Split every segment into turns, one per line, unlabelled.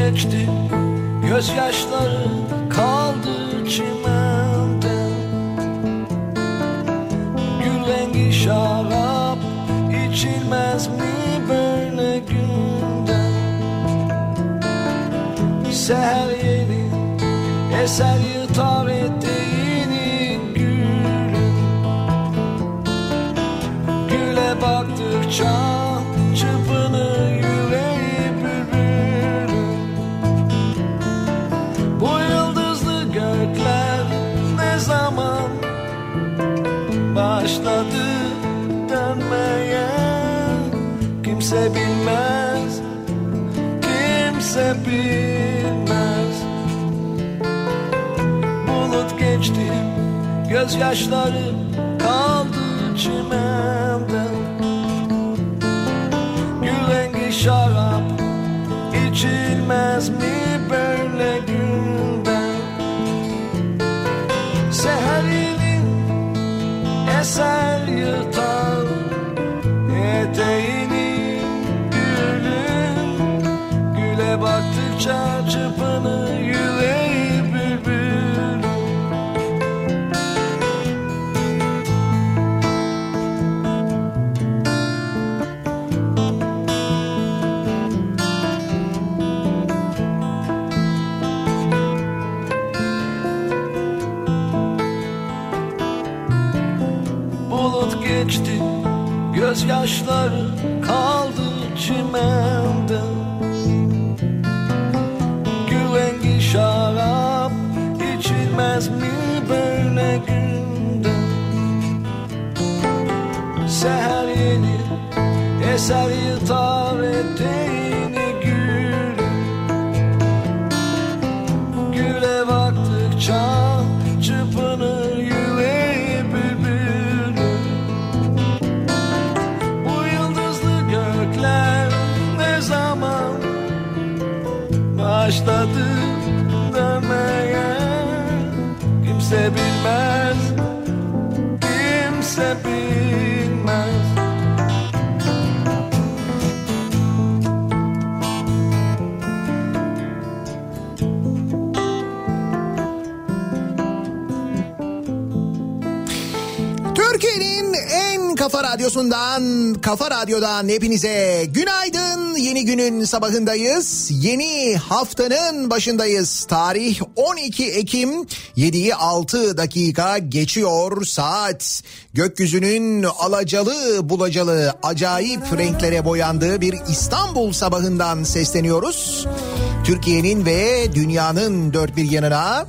geçti, gözyaşları kaldı çimende. Gül rengi şarap içilmez mi böyle günde? Seher yeni eser yırtar eteğini gülün. Güle baktıkça çırpınır yüreği bülbülün. Bu yıldızlı gökler ne zaman başladı dönmeye? Kimse bilmez, kimse bilmez. Bulut geçti, gözyaşları kaldı çimende. Gül rengi şarap içilmez mi böyle günde? Seherinin eser yırtar eteğini gülün. Güle baktıkça çırpınır yüreği bülbülün. Bulut geçti, gözyaşları kaldı çimende. Gül rengi şarap içilmez mi böyle günde? Seher yeni eser yırtar eteğini gülün. Güle baktıkça çırpınır yüreği bülbülün. Bu yıldızlı gökler ne zaman başladı dönmeye? Kimse bilmez, kimse bilmez.
Türkiye'nin en kafa radyosundan, Kafa Radyo'dan hepinize günaydın. Yeni günün sabahındayız. Yeni haftanın başındayız. Tarih 12 Ekim, 7'yi 6 dakika geçiyor saat. Gökyüzünün alacalı bulacalı acayip renklere boyandığı bir İstanbul sabahından sesleniyoruz. Türkiye'nin ve dünyanın dört bir yanına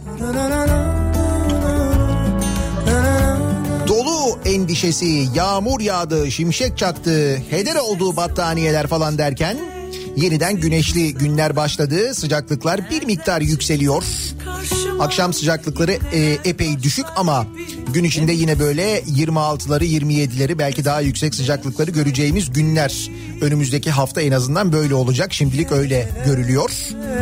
dolu endişesi, yağmur yağdı, şimşek çaktı, heder olduğu battaniyeler falan derken yeniden güneşli günler başladı. Sıcaklıklar bir miktar yükseliyor. Akşam sıcaklıkları epey düşük ama gün içinde yine böyle 26'ları 27'leri belki daha yüksek sıcaklıkları göreceğimiz günler. Önümüzdeki hafta en azından böyle olacak. Şimdilik öyle görülüyor.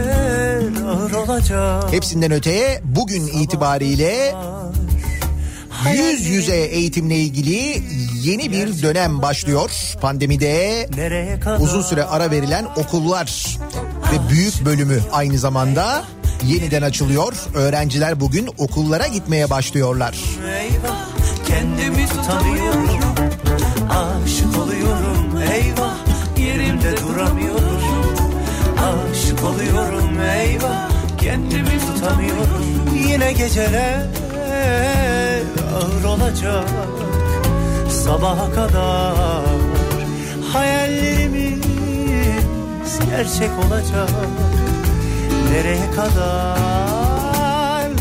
Hepsinden öteye bugün itibariyle yüz yüze eğitimle ilgili yeni bir dönem başlıyor. Pandemide uzun süre ara verilen okullar ve büyük bölümü aynı zamanda yeniden açılıyor. Öğrenciler bugün okullara gitmeye başlıyorlar.
Eyvah, kendimi tutamıyorum, aşık oluyorum, eyvah, yerimde duramıyorum, aşık oluyorum, eyvah, kendimi tutamıyorum. Yine geceler ağır olacak, sabaha kadar hayallerimiz gerçek olacak. Nereye kadar?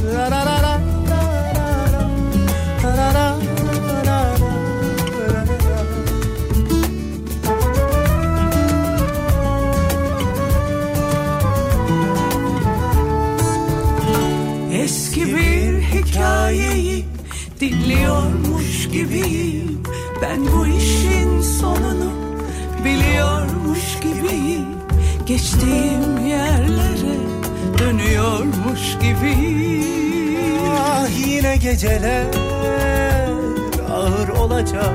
Eski bir hikayeyi dinliyormuş gibiyim. Ben bu işin sonunu biliyormuş gibiyim. Geçtiğim yerlere dönüyormuş gibiyim.
Ah, yine geceler ağır olacak,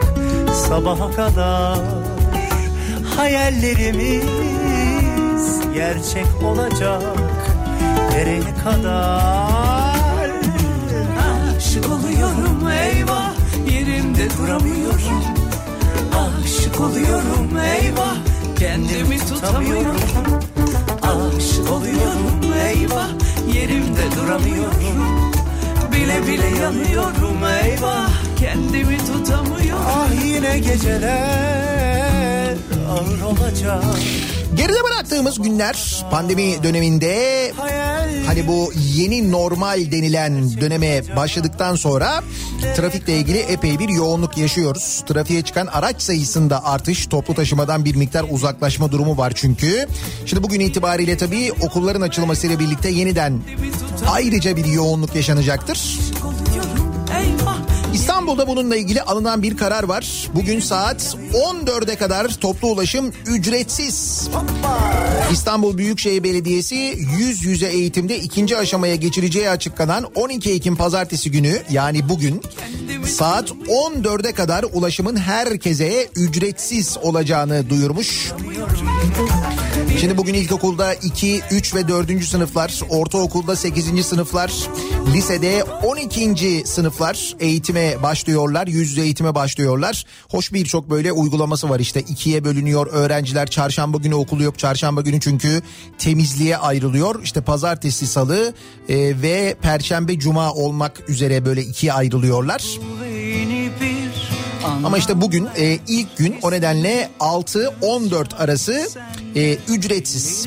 sabaha kadar hayallerimiz gerçek olacak. Nereye kadar?
Aşık oluyorum eyvah, yerimde duramıyorum. Aşık oluyorum eyvah, kendimi tutamıyorum. Aşık oluyorum eyvah, yerimde duramıyorum. Bile bile yanıyorum eyvah, kendimi tutamıyorum.
Ah yine geceler ağır olacak.
Geride bıraktığımız günler pandemi döneminde, hani bu yeni normal denilen döneme başladıktan sonra trafikle ilgili epey bir yoğunluk yaşıyoruz. Trafiğe çıkan araç sayısında artış, toplu taşımadan bir miktar uzaklaşma durumu var çünkü. Şimdi bugün itibariyle tabii okulların açılmasıyla birlikte yeniden ayrıca bir yoğunluk yaşanacaktır. İstanbul'da bununla ilgili alınan bir karar var. Bugün saat 14'e kadar toplu ulaşım ücretsiz. İstanbul Büyükşehir Belediyesi yüz yüze eğitimde ikinci aşamaya geçireceği açıklanan 12 Ekim Pazartesi günü, yani bugün saat 14'e kadar ulaşımın herkese ücretsiz olacağını duyurmuş. Şimdi bugün ilkokulda 2, 3 ve 4. sınıflar, ortaokulda 8. sınıflar, lisede 12. sınıflar eğitime başlıyorlar, yüz yüze eğitime başlıyorlar. Hoş, birçok böyle uygulaması var, işte 2'ye bölünüyor öğrenciler. Çarşamba günü okul yok, çarşamba günü çünkü temizliğe ayrılıyor. İşte pazartesi, salı ve perşembe, cuma olmak üzere böyle 2'ye ayrılıyorlar. Ama işte bugün ilk gün, o nedenle 6-14 arası ücretsiz.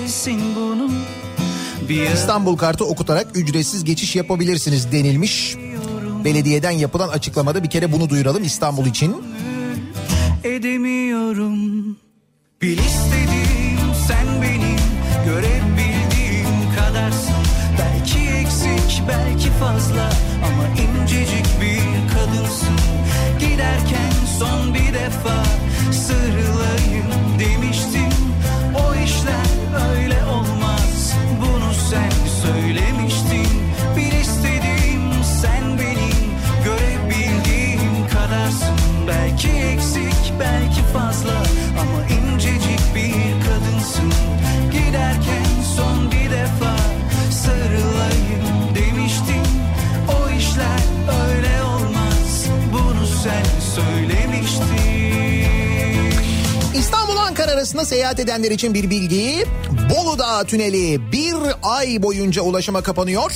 İstanbul kartı okutarak ücretsiz geçiş yapabilirsiniz denilmiş. Belediyeden yapılan açıklamada bir kere bunu duyuralım İstanbul için.
Edemiyorum. Bil istediğim sen benim, görebildiğim kadarsın. Belki eksik, belki fazla ama incecik bir kadınsın. Giderken son bir defa sarılayım demiştim. O işler öyle olmaz, bunu sen söylemiştin. Bir istediğim sen benim, görebildiğim kadarsın. Belki eksik, belki fazla ama incecik bir kadınsın. Giderken son bir defa sarılayım demiştim. O işler öyle olmaz, bunu sen söylemiştin.
İstanbul-Ankara arasında seyahat edenler için bir bilgi. Bolu Dağı Tüneli bir ay boyunca ulaşıma kapanıyor.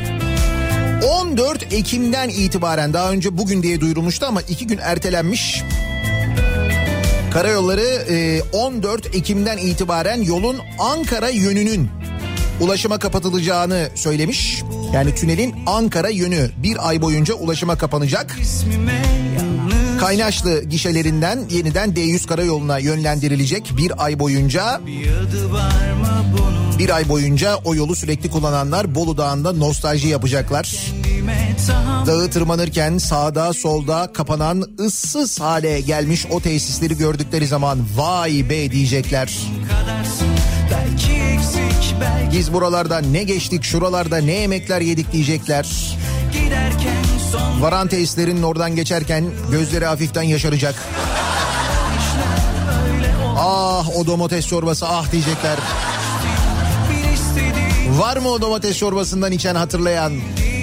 14 Ekim'den itibaren, daha önce bugün diye duyurulmuştu ama 2 gün ertelenmiş. Karayolları 14 Ekim'den itibaren yolun Ankara yönünün ulaşıma kapatılacağını söylemiş. Yani tünelin Ankara yönü bir ay boyunca ulaşıma kapanacak. Kaynaşlı gişelerinden yeniden D100 karayoluna yönlendirilecek bir ay boyunca. Bir ay boyunca o yolu sürekli kullananlar Bolu Dağı'nda nostalji yapacaklar. Dağı tırmanırken sağda solda kapanan, ıssız hale gelmiş o tesisleri gördükleri zaman vay be diyecekler. Biz buralarda ne geçtik, şuralarda ne yemekler yedik diyecekler. Varan tesislerinin oradan geçerken gözleri hafiften yaşaracak. Ah o domates çorbası ah diyecekler. Var mı o domates çorbasından içen, hatırlayan?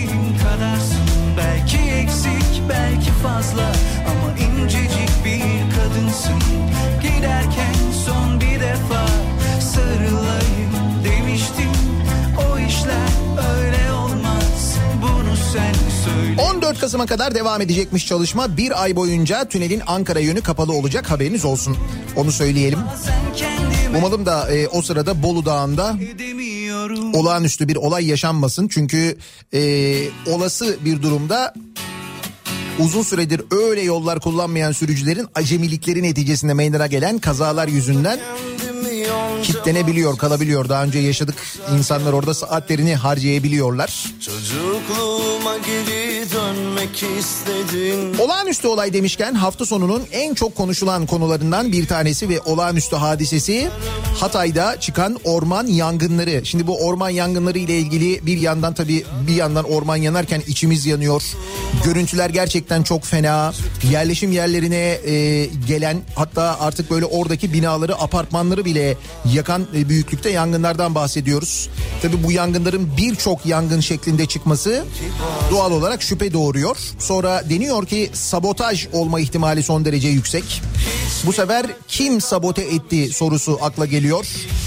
Belki eksik, belki fazla ama incecik bir kadınsın. Giderken son bir defa sarılayım demiştim. O işler öyle olmaz, bunu sen söyle.
14 Kasım'a kadar devam edecekmiş çalışma. Bir ay boyunca tünelin Ankara yönü kapalı olacak, haberiniz olsun. Onu söyleyelim. Umalım da o sırada Bolu Dağı'nda olağanüstü bir olay yaşanmasın. Çünkü olası bir durumda uzun süredir öyle yollar kullanmayan sürücülerin acemilikleri neticesinde meydana gelen kazalar yüzünden kitlenebiliyor, kalabiliyor. Daha önce yaşadık. İnsanlar orada saatlerini harcayabiliyorlar.
Çocukluğuma geri dönme.
Olağanüstü olay demişken hafta sonunun en çok konuşulan konularından bir tanesi ve olağanüstü hadisesi Hatay'da çıkan orman yangınları. Şimdi bu orman yangınları ile ilgili bir yandan orman yanarken içimiz yanıyor. Görüntüler gerçekten çok fena. Yerleşim yerlerine gelen, hatta artık böyle oradaki binaları, apartmanları bile yakan büyüklükte yangınlardan bahsediyoruz. Tabii bu yangınların birçok yangın şeklinde çıkması doğal olarak şüphe doğuruyor. Sonra deniyor ki sabotaj olma ihtimali son derece yüksek. Bu sefer kim sabote etti sorusu akla geliyor.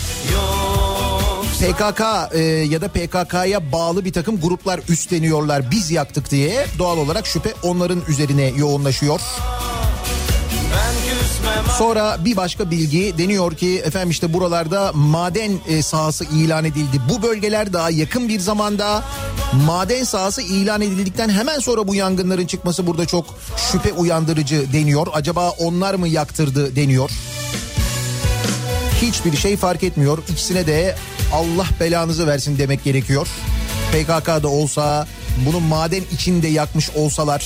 PKK ya da PKK'ya bağlı bir takım gruplar üstleniyorlar, biz yaktık diye. Doğal olarak şüphe onların üzerine yoğunlaşıyor. Sonra bir başka bilgi, deniyor ki efendim işte buralarda maden sahası ilan edildi. Bu bölgeler daha yakın bir zamanda maden sahası ilan edildikten hemen sonra bu yangınların çıkması burada çok şüphe uyandırıcı deniyor. Acaba onlar mı yaktırdı deniyor. Hiçbir şey fark etmiyor. İkisine de Allah belanızı versin demek gerekiyor. PKK'da olsa, bunu maden içinde yakmış olsalar.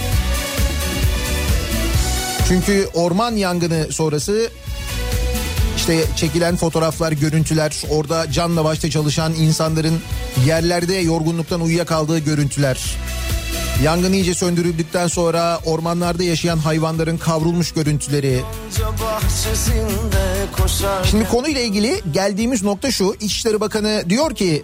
Çünkü orman yangını sonrası işte çekilen fotoğraflar, görüntüler, orada canla başla çalışan insanların yerlerde yorgunluktan uyuyakaldığı görüntüler. Yangın iyice söndürüldükten sonra ormanlarda yaşayan hayvanların kavrulmuş görüntüleri. Şimdi konuyla ilgili geldiğimiz nokta şu. İçişleri Bakanı diyor ki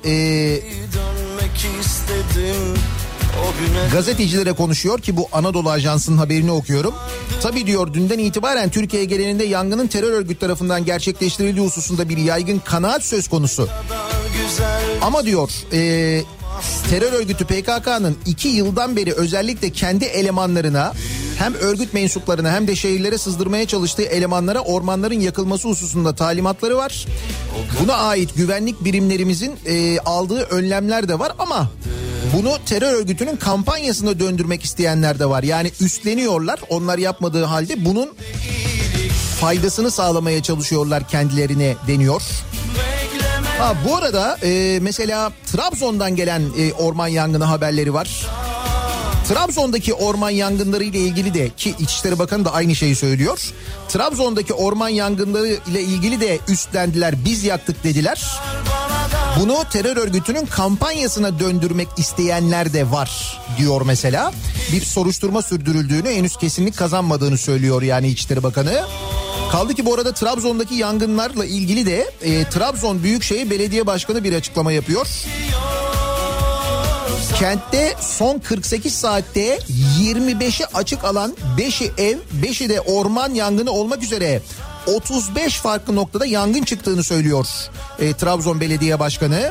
gazetecilere konuşuyor ki bu Anadolu Ajansı'nın haberini okuyorum. Tabii diyor, dünden itibaren Türkiye genelinde yangının terör örgütü tarafından gerçekleştirildiği hususunda bir yaygın kanaat söz konusu. Ama diyor terör örgütü PKK'nın 2 yıldan beri özellikle kendi elemanlarına, hem örgüt mensuplarına hem de şehirlere sızdırmaya çalıştığı elemanlara ormanların yakılması hususunda talimatları var. Buna ait güvenlik birimlerimizin aldığı önlemler de var ama bunu terör örgütünün kampanyasına döndürmek isteyenler de var. Yani üstleniyorlar, onlar yapmadığı halde bunun faydasını sağlamaya çalışıyorlar kendilerine deniyor. Bu arada mesela Trabzon'dan gelen orman yangını haberleri var. Trabzon'daki orman yangınları ile ilgili de, ki İçişleri Bakanı da aynı şeyi söylüyor. Trabzon'daki orman yangınları ile ilgili de üstlendiler, biz yaktık dediler. Bunu terör örgütünün kampanyasına döndürmek isteyenler de var diyor mesela. Bir soruşturma sürdürüldüğünü, henüz kesinlik kazanmadığını söylüyor yani İçişleri Bakanı. Kaldı ki bu arada Trabzon'daki yangınlarla ilgili de Trabzon Büyükşehir Belediye Başkanı bir açıklama yapıyor. Kentte son 48 saatte 25'i açık alan, 5'i ev, 5'i de orman yangını olmak üzere 35 farklı noktada yangın çıktığını söylüyor Trabzon Belediye Başkanı.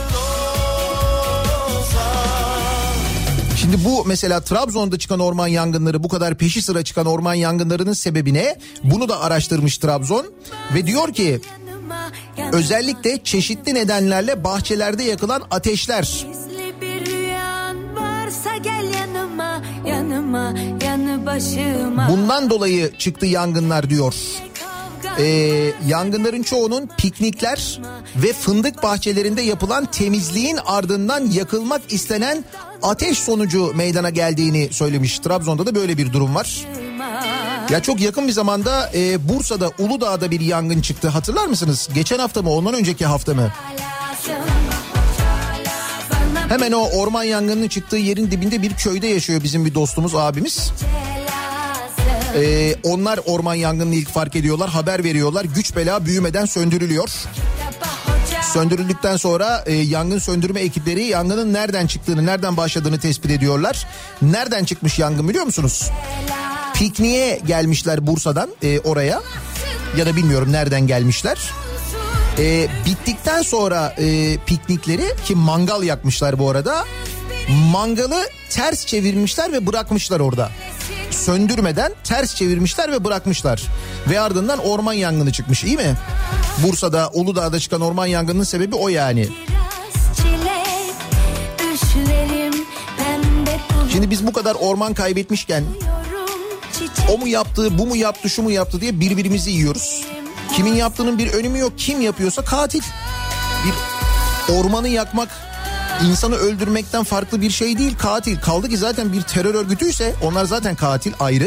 Şimdi bu mesela Trabzon'da çıkan orman yangınları, bu kadar peşi sıra çıkan orman yangınlarının sebebi ne? Bunu da araştırmış Trabzon ve diyor ki özellikle çeşitli nedenlerle bahçelerde yakılan ateşler. Bundan dolayı çıktı yangınlar diyor. Yangınların çoğunun piknikler ve fındık bahçelerinde yapılan temizliğin ardından yakılmak istenen ateş sonucu meydana geldiğini söylemiş. Trabzon'da da böyle bir durum var. Ya çok yakın bir zamanda Bursa'da, Uludağ'da bir yangın çıktı, hatırlar mısınız? Geçen hafta mı, ondan önceki hafta mı? Hemen o orman yangınının çıktığı yerin dibinde bir köyde yaşıyor bizim bir dostumuz, abimiz. Onlar orman yangınını ilk fark ediyorlar, haber veriyorlar, güç bela büyümeden söndürülüyor. Söndürüldükten sonra yangın söndürme ekipleri yangının nereden çıktığını, nereden başladığını tespit ediyorlar. Nereden çıkmış yangın biliyor musunuz? Pikniğe gelmişler Bursa'dan oraya, ya da bilmiyorum nereden gelmişler. Bittikten sonra piknikleri, ki mangal yakmışlar bu arada, mangalı ters çevirmişler ve bırakmışlar orada. Söndürmeden ters çevirmişler ve bırakmışlar. Ve ardından orman yangını çıkmış, iyi mi? Bursa'da, Uludağ'da çıkan orman yangınının sebebi o yani. Şimdi biz bu kadar orman kaybetmişken o mu yaptı, bu mu yaptı, şu mu yaptı diye birbirimizi yiyoruz. Kimin yaptığının bir önemi yok. Kim yapıyorsa katil. Bir ormanı yakmak İnsanı öldürmekten farklı bir şey değil, katil. Kaldı ki zaten bir terör örgütüyse onlar zaten katil, ayrı.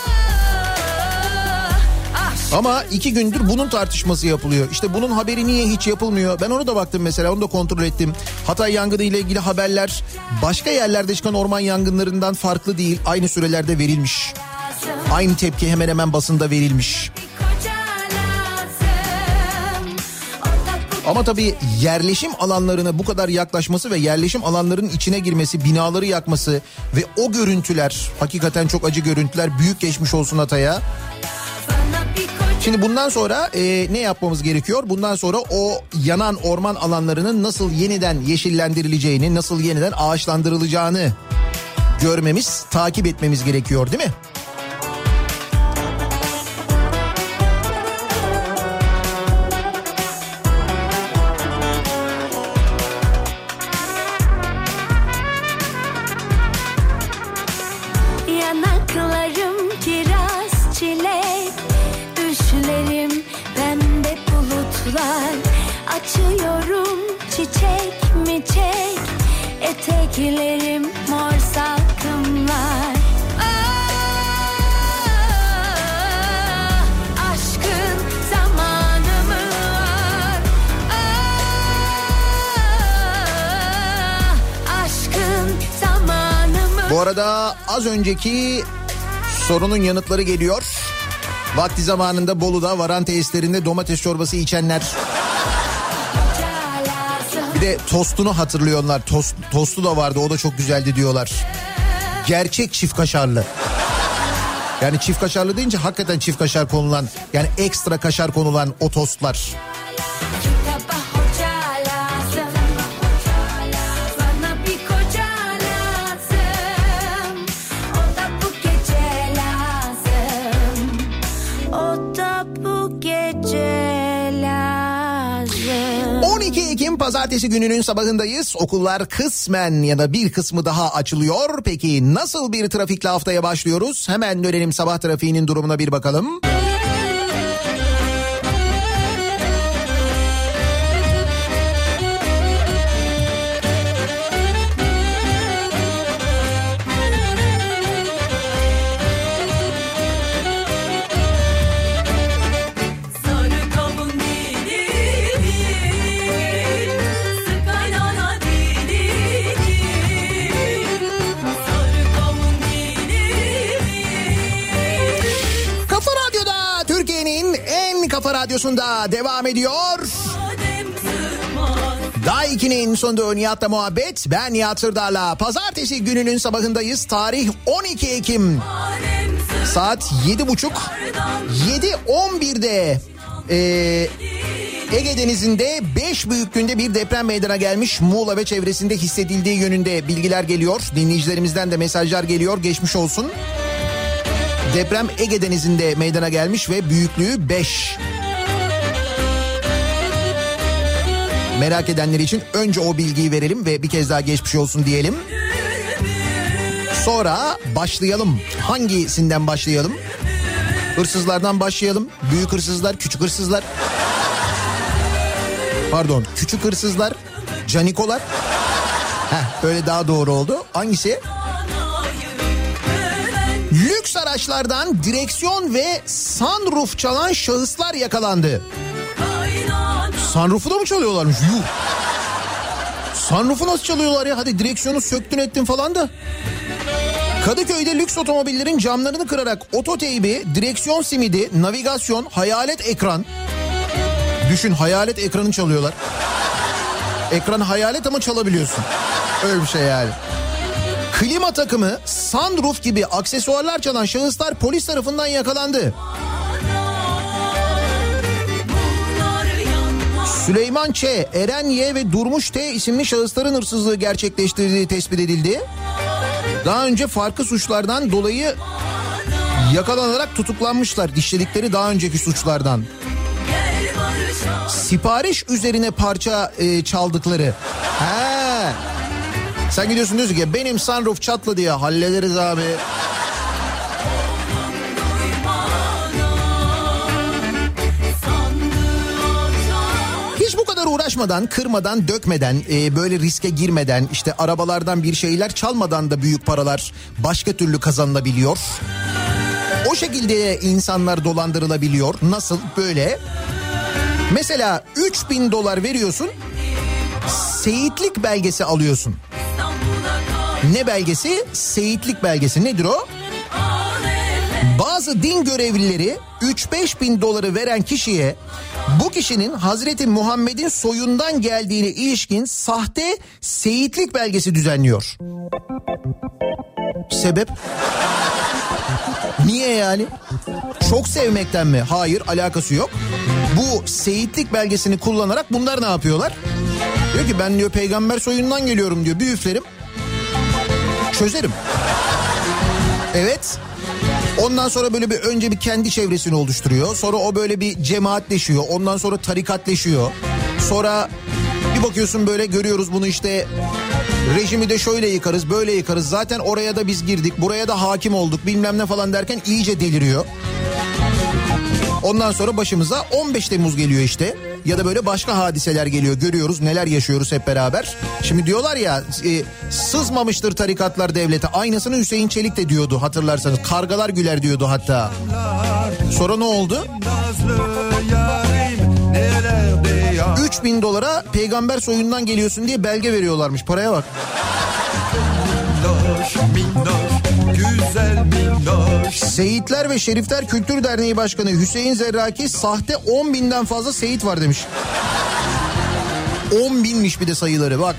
Ama 2 gündür bunun tartışması yapılıyor. İşte bunun haberi niye hiç yapılmıyor? Ben onu da baktım mesela, onu da kontrol ettim. Hatay yangını ile ilgili haberler başka yerlerde çıkan orman yangınlarından farklı değil. Aynı sürelerde verilmiş. Aynı tepki hemen hemen basında verilmiş. Ama tabii yerleşim alanlarına bu kadar yaklaşması ve yerleşim alanlarının içine girmesi, binaları yakması ve o görüntüler, hakikaten çok acı görüntüler. Büyük geçmiş olsun Hatay'a. Şimdi bundan sonra ne yapmamız gerekiyor? Bundan sonra o yanan orman alanlarının nasıl yeniden yeşillendirileceğini, nasıl yeniden ağaçlandırılacağını görmemiz, takip etmemiz gerekiyor, değil mi?
Yanaklarım kiraz çilek, düşlerim pembe bulutlar. Açıyorum çiçek mi çek, eteklerim mor salkımlar. Aşkın zamanı mı var? Aşkın zamanı mı?
Bu arada az önceki sorunun yanıtları geliyor. Vakti zamanında Bolu'da varan tesislerinde domates çorbası içenler. Bir de tostunu hatırlıyorlar. Tostu da vardı, o da çok güzeldi diyorlar. Gerçek çift kaşarlı. Yani çift kaşarlı deyince hakikaten çift kaşar konulan, yani ekstra kaşar konulan o tostlar. Ekim pazartesi gününün sabahındayız. Okullar kısmen ya da bir kısmı daha açılıyor. Peki nasıl bir trafikle haftaya başlıyoruz? Hemen dönelim sabah trafiğinin durumuna bir bakalım. Kafa Radyosu'nda devam ediyor. Daha 2'nin sonunda Nihat'la muhabbet. Ben Nihat Sırdar'la. Pazartesi gününün sabahındayız. Tarih 12 Ekim. Saat 7.30. 7.11'de Ege Denizi'nde 5 büyüklüğünde bir deprem meydana gelmiş. Muğla ve çevresinde hissedildiği yönünde bilgiler geliyor. Dinleyicilerimizden de mesajlar geliyor. Geçmiş olsun. Deprem Ege Denizi'nde meydana gelmiş ve büyüklüğü 5. Merak edenler için önce o bilgiyi verelim ve bir kez daha geçmiş olsun diyelim. Sonra başlayalım. Hangisinden başlayalım? Hırsızlardan başlayalım. Büyük hırsızlar, küçük hırsızlar. Pardon, küçük hırsızlar, canikolar. Böyle daha doğru oldu. Hangisi? Lüks araçlardan direksiyon ve sunroof çalan şahıslar yakalandı. Sunroof'u da mı çalıyorlarmış? Yuh. Sunroof'u nasıl çalıyorlar ya? Hadi direksiyonu söktün ettin falan da. Kadıköy'de lüks otomobillerin camlarını kırarak ototeybi, direksiyon simidi, navigasyon, hayalet ekran. Düşün, hayalet ekranı çalıyorlar. Ekran hayalet ama çalabiliyorsun. Öyle bir şey yani. Klima takımı, sunroof gibi aksesuarlar çalan şahıslar polis tarafından yakalandı. Süleyman Ç, Eren Y ve Durmuş T isimli şahısların hırsızlığı gerçekleştirdiği tespit edildi. Daha önce farklı suçlardan dolayı yakalanarak tutuklanmışlar. İşledikleri daha önceki suçlardan. Sipariş üzerine parça çaldıkları. Sen gidiyorsun diyorsun ki benim sunroof çatladı ya, hallederiz abi. Hiç bu kadar kadar uğraşmadan, kırmadan, dökmeden, böyle riske girmeden, işte arabalardan bir şeyler çalmadan da büyük paralar başka türlü kazanılabiliyor. O şekilde insanlar dolandırılabiliyor. Nasıl? Böyle. Mesela 3.000 dolar veriyorsun, seyitlik belgesi alıyorsun. Ne belgesi? Seyitlik belgesi. Nedir o? Bazı din görevlileri 3-5 bin doları veren kişiye bu kişinin Hazreti Muhammed'in soyundan geldiğine ilişkin sahte seyitlik belgesi düzenliyor. Sebep? Niye yani? Çok sevmekten mi? Hayır, alakası yok. Bu seyitlik belgesini kullanarak bunlar ne yapıyorlar? Diyor ki ben diyor peygamber soyundan geliyorum diyor. Bir üflerim, çözerim. Evet. Ondan sonra böyle önce bir kendi çevresini oluşturuyor. Sonra o böyle bir cemaatleşiyor. Ondan sonra tarikatleşiyor. Sonra bir bakıyorsun böyle, görüyoruz bunu işte, rejimi de şöyle yıkarız, böyle yıkarız. Zaten oraya da biz girdik, buraya da hakim olduk bilmem ne falan derken iyice deliriyor. Ondan sonra başımıza 15 Temmuz geliyor işte. Ya da böyle başka hadiseler geliyor. Görüyoruz neler yaşıyoruz hep beraber. Şimdi diyorlar ya sızmamıştır tarikatlar devlete. Aynısını Hüseyin Çelik de diyordu hatırlarsanız. Kargalar güler diyordu hatta. Sonra ne oldu? 3.000 dolara peygamber soyundan geliyorsun diye belge veriyorlarmış. Paraya bak. Seyitler ve Şerifler Kültür Derneği Başkanı Hüseyin Zerraki sahte 10.000'den fazla seyit var demiş. 10.000'miş bir de sayıları bak.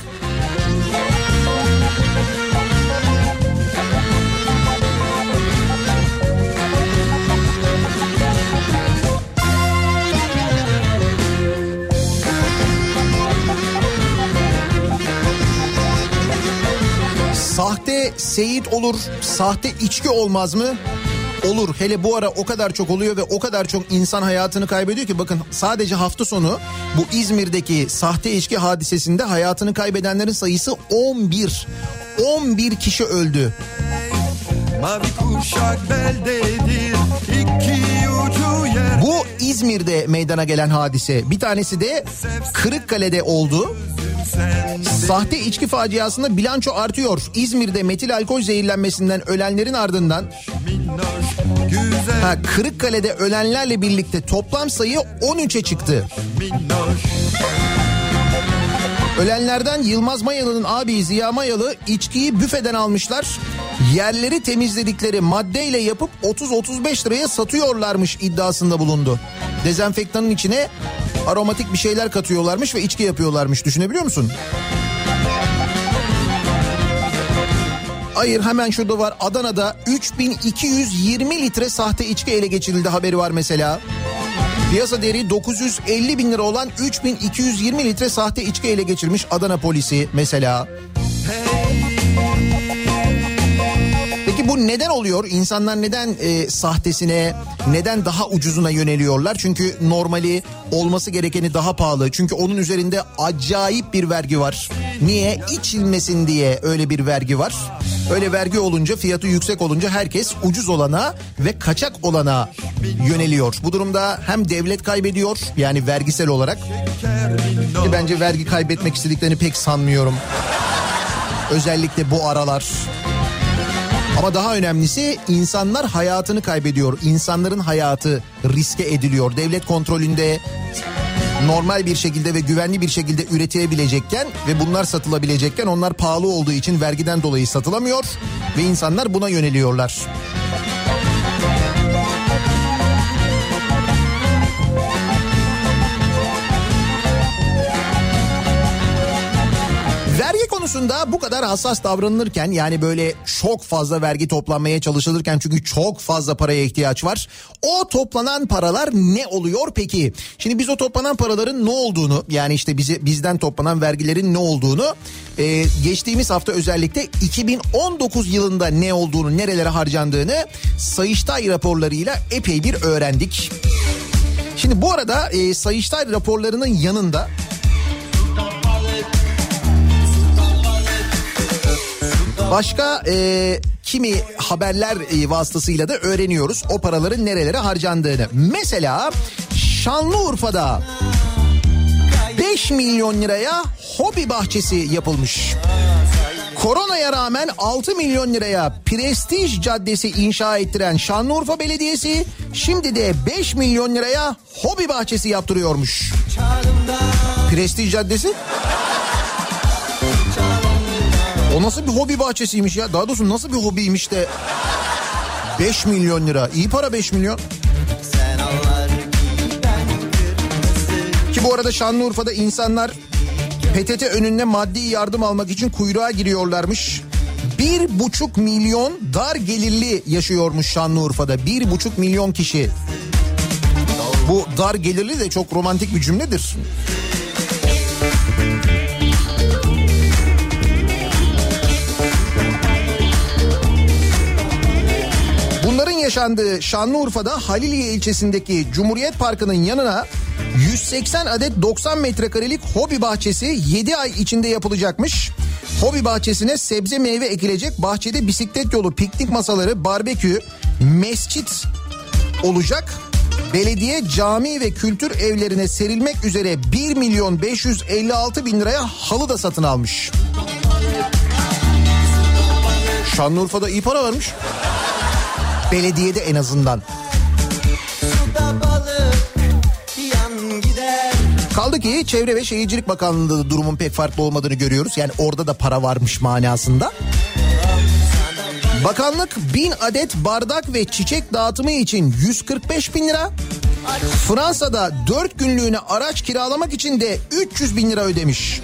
Sahte seyit olur, sahte içki olmaz mı? Olur. Hele bu ara o kadar çok oluyor ve o kadar çok insan hayatını kaybediyor ki bakın sadece hafta sonu bu İzmir'deki sahte içki hadisesinde hayatını kaybedenlerin sayısı 11. 11 kişi öldü. Mavi kuşak beldedir, iki ucu yer. Bu İzmir'de meydana gelen hadise. Bir tanesi de Kırıkkale'de oldu. Sahte içki faciasında bilanço artıyor. İzmir'de metil alkol zehirlenmesinden ölenlerin ardından Kırıkkale'de ölenlerle birlikte toplam sayı 13'e çıktı. Ölenlerden Yılmaz Mayalı'nın abi Ziya Mayalı içkiyi büfeden almışlar. Yerleri temizledikleri maddeyle yapıp 30-35 liraya satıyorlarmış iddiasında bulundu. Dezenfektanın içine aromatik bir şeyler katıyorlarmış ve içki yapıyorlarmış. Düşünebiliyor musun? Hayır, hemen şurada var. Adana'da 3220 litre sahte içki ele geçirildi haberi var mesela. Piyasa değeri 950 bin lira olan 3220 litre sahte içki ele geçirmiş Adana polisi mesela. Peki bu neden oluyor? İnsanlar neden sahtesine, neden daha ucuzuna yöneliyorlar? Çünkü normali, olması gerekeni daha pahalı. Çünkü onun üzerinde acayip bir vergi var. Niye? İçilmesin diye öyle bir vergi var. Öyle vergi olunca, fiyatı yüksek olunca herkes ucuz olana ve kaçak olana yöneliyor. Bu durumda hem devlet kaybediyor, yani vergisel olarak. Bence vergi kaybetmek istediklerini pek sanmıyorum. Özellikle bu aralar. Ama daha önemlisi insanlar hayatını kaybediyor. İnsanların hayatı riske ediliyor. Devlet kontrolünde normal bir şekilde ve güvenli bir şekilde üretilebilecekken ve bunlar satılabilecekken onlar pahalı olduğu için vergiden dolayı satılamıyor ve insanlar buna yöneliyorlar. Vergi konusunda bu kadar hassas davranılırken, yani böyle çok fazla vergi toplanmaya çalışılırken, çünkü çok fazla paraya ihtiyaç var. O toplanan paralar ne oluyor peki? Şimdi biz o toplanan paraların ne olduğunu, yani işte bizden toplanan vergilerin ne olduğunu geçtiğimiz hafta özellikle 2019 yılında ne olduğunu, nerelere harcandığını Sayıştay raporlarıyla epey bir öğrendik. Şimdi bu arada Sayıştay raporlarının yanında başka kimi haberler vasıtasıyla da öğreniyoruz o paraların nerelere harcandığını. Mesela Şanlıurfa'da 5 milyon liraya hobi bahçesi yapılmış. Koronaya rağmen 6 milyon liraya Prestij Caddesi inşa ettiren Şanlıurfa Belediyesi şimdi de 5 milyon liraya hobi bahçesi yaptırıyormuş. Prestij Caddesi? O nasıl bir hobi bahçesiymiş ya? Daha doğrusu nasıl bir hobiymiş de 5 milyon lira. İyi para 5 milyon. Ki bu arada Şanlıurfa'da insanlar PTT önünde maddi yardım almak için kuyruğa giriyorlarmış. 1,5 milyon dar gelirli yaşıyormuş Şanlıurfa'da. 1,5 milyon kişi. Bu dar gelirli de çok romantik bir cümledir. Bunların yaşandığı Şanlıurfa'da Haliliye ilçesindeki Cumhuriyet Parkı'nın yanına 180 adet 90 metrekarelik hobi bahçesi 7 ay içinde yapılacakmış. Hobi bahçesine sebze meyve ekilecek, bahçede bisiklet yolu, piknik masaları, barbekü, mescit olacak. Belediye cami ve kültür evlerine serilmek üzere 1.556.000 liraya halı da satın almış. Şanlıurfa'da iyi para varmış. Belediyede en azından. Kaldı ki Çevre ve Şehircilik Bakanlığı'nda durumun pek farklı olmadığını görüyoruz. Yani orada da para varmış manasında. Bakanlık 1000 adet bardak ve çiçek dağıtımı için 145.000 lira. Fransa'da 4 günlüğüne araç kiralamak için de 300.000 lira ödemiş.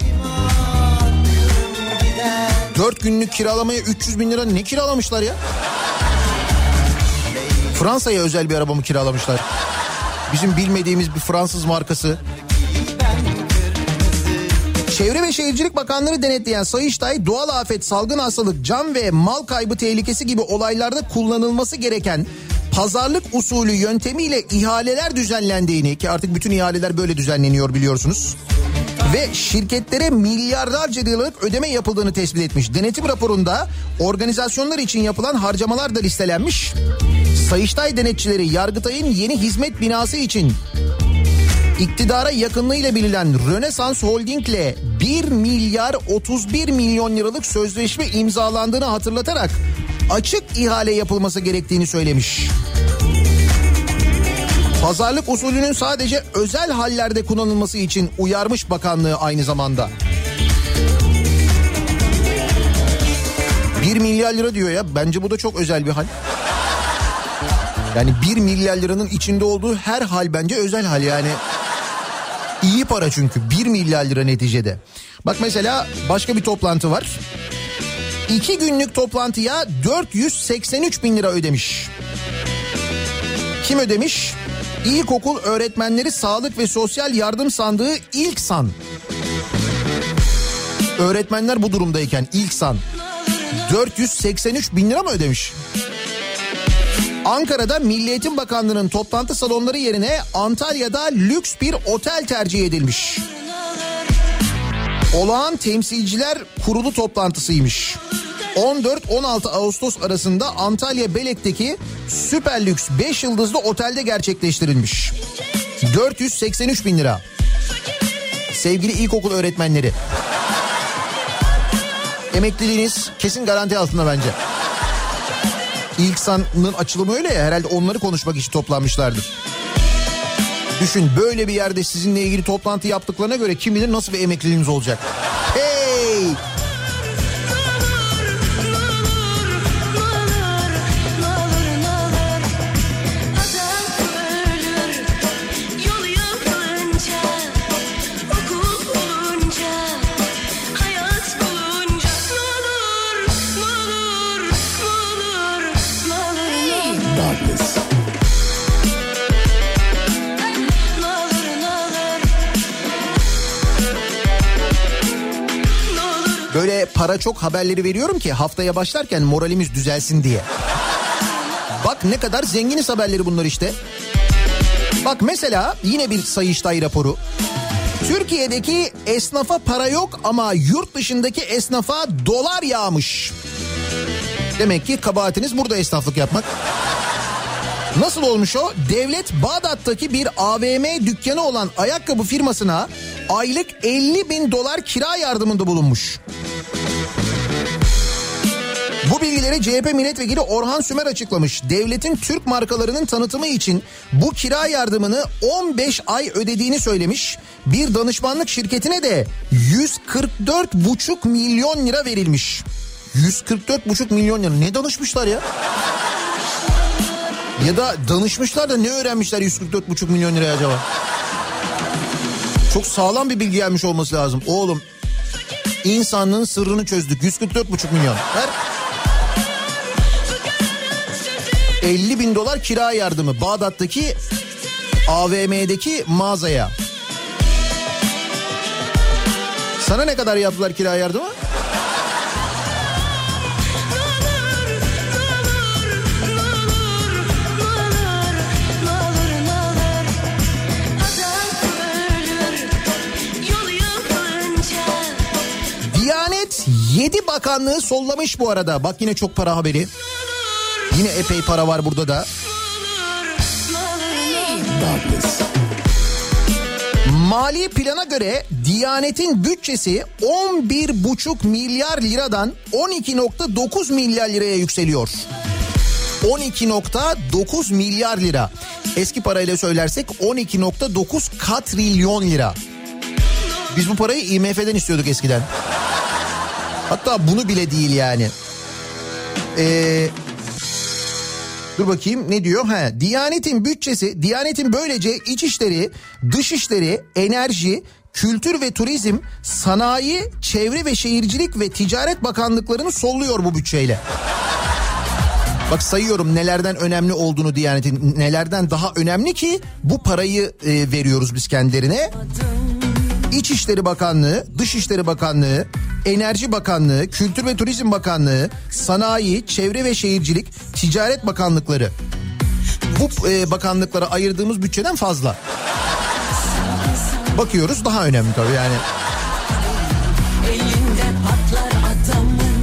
4 günlük kiralamaya 300.000 lira ne kiralamışlar ya? Fransa'ya özel bir araba mı kiralamışlar? Bizim bilmediğimiz bir Fransız markası. Çevre ve Şehircilik Bakanlığı denetleyen Sayıştay, doğal afet, salgın hastalık, can ve mal kaybı tehlikesi gibi olaylarda kullanılması gereken pazarlık usulü yöntemiyle ihaleler düzenlendiğini, ki artık bütün ihaleler böyle düzenleniyor biliyorsunuz, ve şirketlere milyarlarca liralık ödeme yapıldığını tespit etmiş. Denetim raporunda organizasyonlar için yapılan harcamalar da listelenmiş. Sayıştay denetçileri Yargıtay'ın yeni hizmet binası için iktidara yakınlığıyla bilinen Rönesans Holding'le 1 milyar 31 milyon liralık sözleşme imzalandığını hatırlatarak açık ihale yapılması gerektiğini söylemiş. Pazarlık usulünün sadece özel hallerde kullanılması için uyarmış bakanlığı aynı zamanda. 1 milyar lira diyor ya, bence bu da çok özel bir hal. Yani 1 milyar liranın içinde olduğu her hal bence özel hal yani. İyi para çünkü 1 milyar lira neticede. Bak mesela başka bir toplantı var. 2 günlük toplantıya 483.000 lira ödemiş. Kim ödemiş? İlkokul Öğretmenleri Sağlık ve Sosyal Yardım Sandığı İlksan. Öğretmenler bu durumdayken İlksan 483.000 lira mı ödemiş? Ankara'da Milli Eğitim Bakanlığı'nın toplantı salonları yerine Antalya'da lüks bir otel tercih edilmiş. Olağan Temsilciler Kurulu toplantısıymış. 14-16 Ağustos arasında Antalya Belek'teki süper lüks 5 yıldızlı otelde gerçekleştirilmiş. 483.000 lira. Sevgili ilkokul öğretmenleri, emekliliğiniz kesin garanti altında bence. İlksan'ın açılımı öyle ya, herhalde onları konuşmak için toplanmışlardır. Düşün, böyle bir yerde sizinle ilgili toplantı yaptıklarına göre kim bilir nasıl bir emekliliğiniz olacak. Hey! Böyle para çok haberleri veriyorum ki haftaya başlarken moralimiz düzelsin diye. Bak ne kadar zenginiz haberleri bunlar işte. Bak mesela yine bir Sayıştay raporu. Türkiye'deki esnafa para yok ama yurt dışındaki esnafa dolar yağmış. Demek ki kabahatiniz burada esnaflık yapmak. Nasıl olmuş o? Devlet Bağdat'taki bir AVM dükkanı olan ayakkabı firmasına aylık $50.000 kira yardımında bulunmuş. Bu bilgileri CHP milletvekili Orhan Sümer açıklamış. Devletin Türk markalarının tanıtımı için bu kira yardımını 15 ay ödediğini söylemiş. Bir danışmanlık şirketine de 144,5 milyon lira verilmiş. 144,5 milyon lira. Ne danışmışlar ya? Ya da danışmışlar da ne öğrenmişler 144,5 milyon liraya acaba? Çok sağlam bir bilgi gelmiş olması lazım. Oğlum, insanlığın sırrını çözdük. 144,5 milyon. Ver. $50.000 kira yardımı Bağdat'taki AVM'deki mağazaya. Sana ne kadar yaptılar kira yardımı? Diyanet 7 bakanlığı sollamış bu arada. Bak yine çok para haberi. Yine epey para var burada da. Mali plana göre Diyanet'in bütçesi 11,5 milyar liradan 12,9 milyar liraya yükseliyor. 12,9 milyar lira. Eski parayla söylersek 12,9 katrilyon lira. Biz bu parayı IMF'den istiyorduk eskiden. Hatta bunu bile değil yani. Dur bakayım ne diyor? Diyanet'in bütçesi, Diyanet'in böylece İçişleri, Dışişleri, Enerji, Kültür ve Turizm, Sanayi, Çevre ve Şehircilik ve Ticaret Bakanlıklarını solluyor bu bütçeyle. Bak sayıyorum nelerden önemli olduğunu Diyanet'in, nelerden daha önemli ki bu parayı veriyoruz biz kendilerine. İçişleri Bakanlığı, Dışişleri Bakanlığı, Enerji Bakanlığı, Kültür ve Turizm Bakanlığı, Sanayi, Çevre ve Şehircilik, Ticaret Bakanlıkları. Bu bakanlıklara ayırdığımız bütçeden fazla. Bakıyoruz daha önemli tabii yani.
Elinde patlar adamın,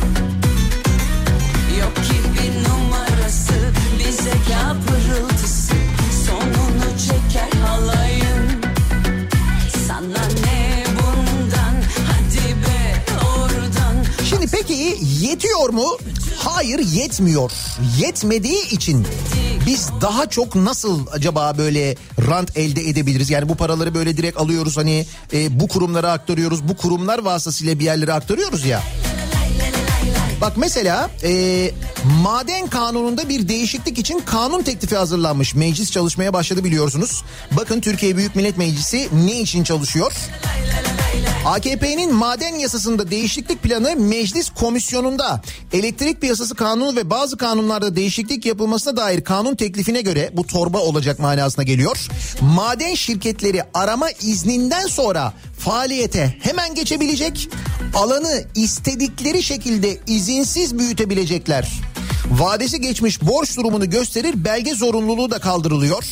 yok ki bir numarası, bir zeka pırıltısı, sonunu çeker halayın. Sana ne bundan, hadi be oradan.
Şimdi peki yetiyor mu? Hayır, yetmiyor. Yetmediği için biz daha çok nasıl acaba böyle rant elde edebiliriz? Yani bu paraları böyle direkt alıyoruz, hani bu kurumlara aktarıyoruz, bu kurumlar vasıtasıyla bir yerlere aktarıyoruz ya. Bak mesela maden kanununda bir değişiklik için kanun teklifi hazırlanmış. Meclis çalışmaya başladı biliyorsunuz. Bakın Türkiye Büyük Millet Meclisi ne için çalışıyor? AKP'nin maden yasasında değişiklik planı meclis komisyonunda, elektrik piyasası kanunu ve bazı kanunlarda değişiklik yapılmasına dair kanun teklifine göre, bu torba olacak manasına geliyor. Maden şirketleri arama izninden sonra faaliyete hemen geçebilecek, alanı istedikleri şekilde izinsiz büyütebilecekler. Vadesi geçmiş borç durumunu gösterir belge zorunluluğu da kaldırılıyor.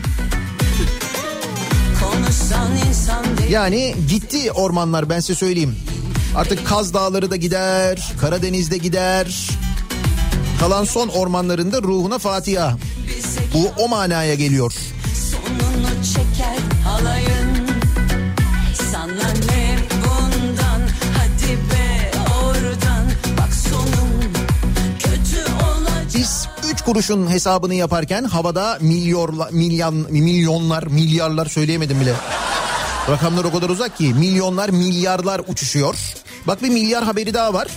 Yani gitti ormanlar, ben size söyleyeyim. Artık Kaz Dağları da gider, Karadeniz'de gider. Kalan son ormanlarında ruhuna Fatiha. Bu o manaya geliyor.
Sonunu çeker halayın. Sana ne bundan, hadi be oradan. Bak sonun kötü olacak.
Biz 3 kuruşun hesabını yaparken havada milyarlar söyleyemedim bile. Rakamlar o kadar uzak ki milyonlar, milyarlar uçuşuyor. Bak bir milyar haberi daha var.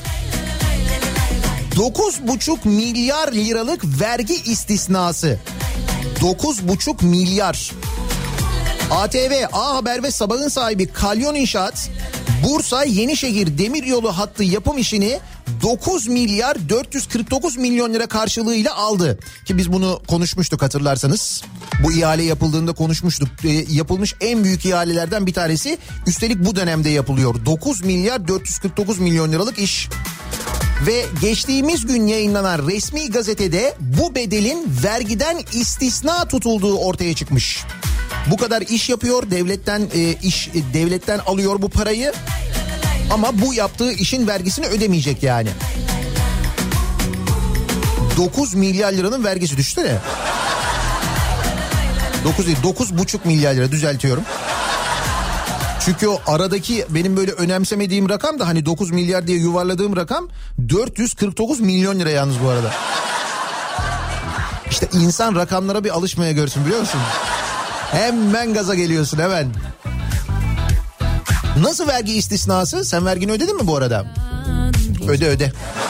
9,5 milyar liralık vergi istisnası. 9,5 milyar. ATV, A Haber ve Sabah'ın sahibi Kalyon İnşaat, Bursa Yenişehir Demiryolu hattı yapım işini 9 milyar 449 milyon lira karşılığıyla aldı. Ki biz bunu konuşmuştuk hatırlarsanız. Bu ihale yapıldığında konuşmuştuk. Yapılmış en büyük ihalelerden bir tanesi. Üstelik bu dönemde yapılıyor. 9 milyar 449 milyon liralık iş. Ve geçtiğimiz gün yayınlanan resmi gazetede bu bedelin vergiden istisna tutulduğu ortaya çıkmış. Bu kadar iş yapıyor, devletten alıyor bu parayı. Ama bu yaptığı işin vergisini ödemeyecek yani. 9 milyar liranın vergisi, düşünsene. 9 değil, 9,5 milyar lira, düzeltiyorum. Çünkü o aradaki benim böyle önemsemediğim rakam da hani 9 milyar diye yuvarladığım rakam 449 milyon lira yalnız bu arada. İşte insan rakamlara bir alışmaya görsün, biliyor musun? Hemen gaza geliyorsun hemen. Nasıl vergi istisnası? Sen vergini ödedin mi bu arada? Öde.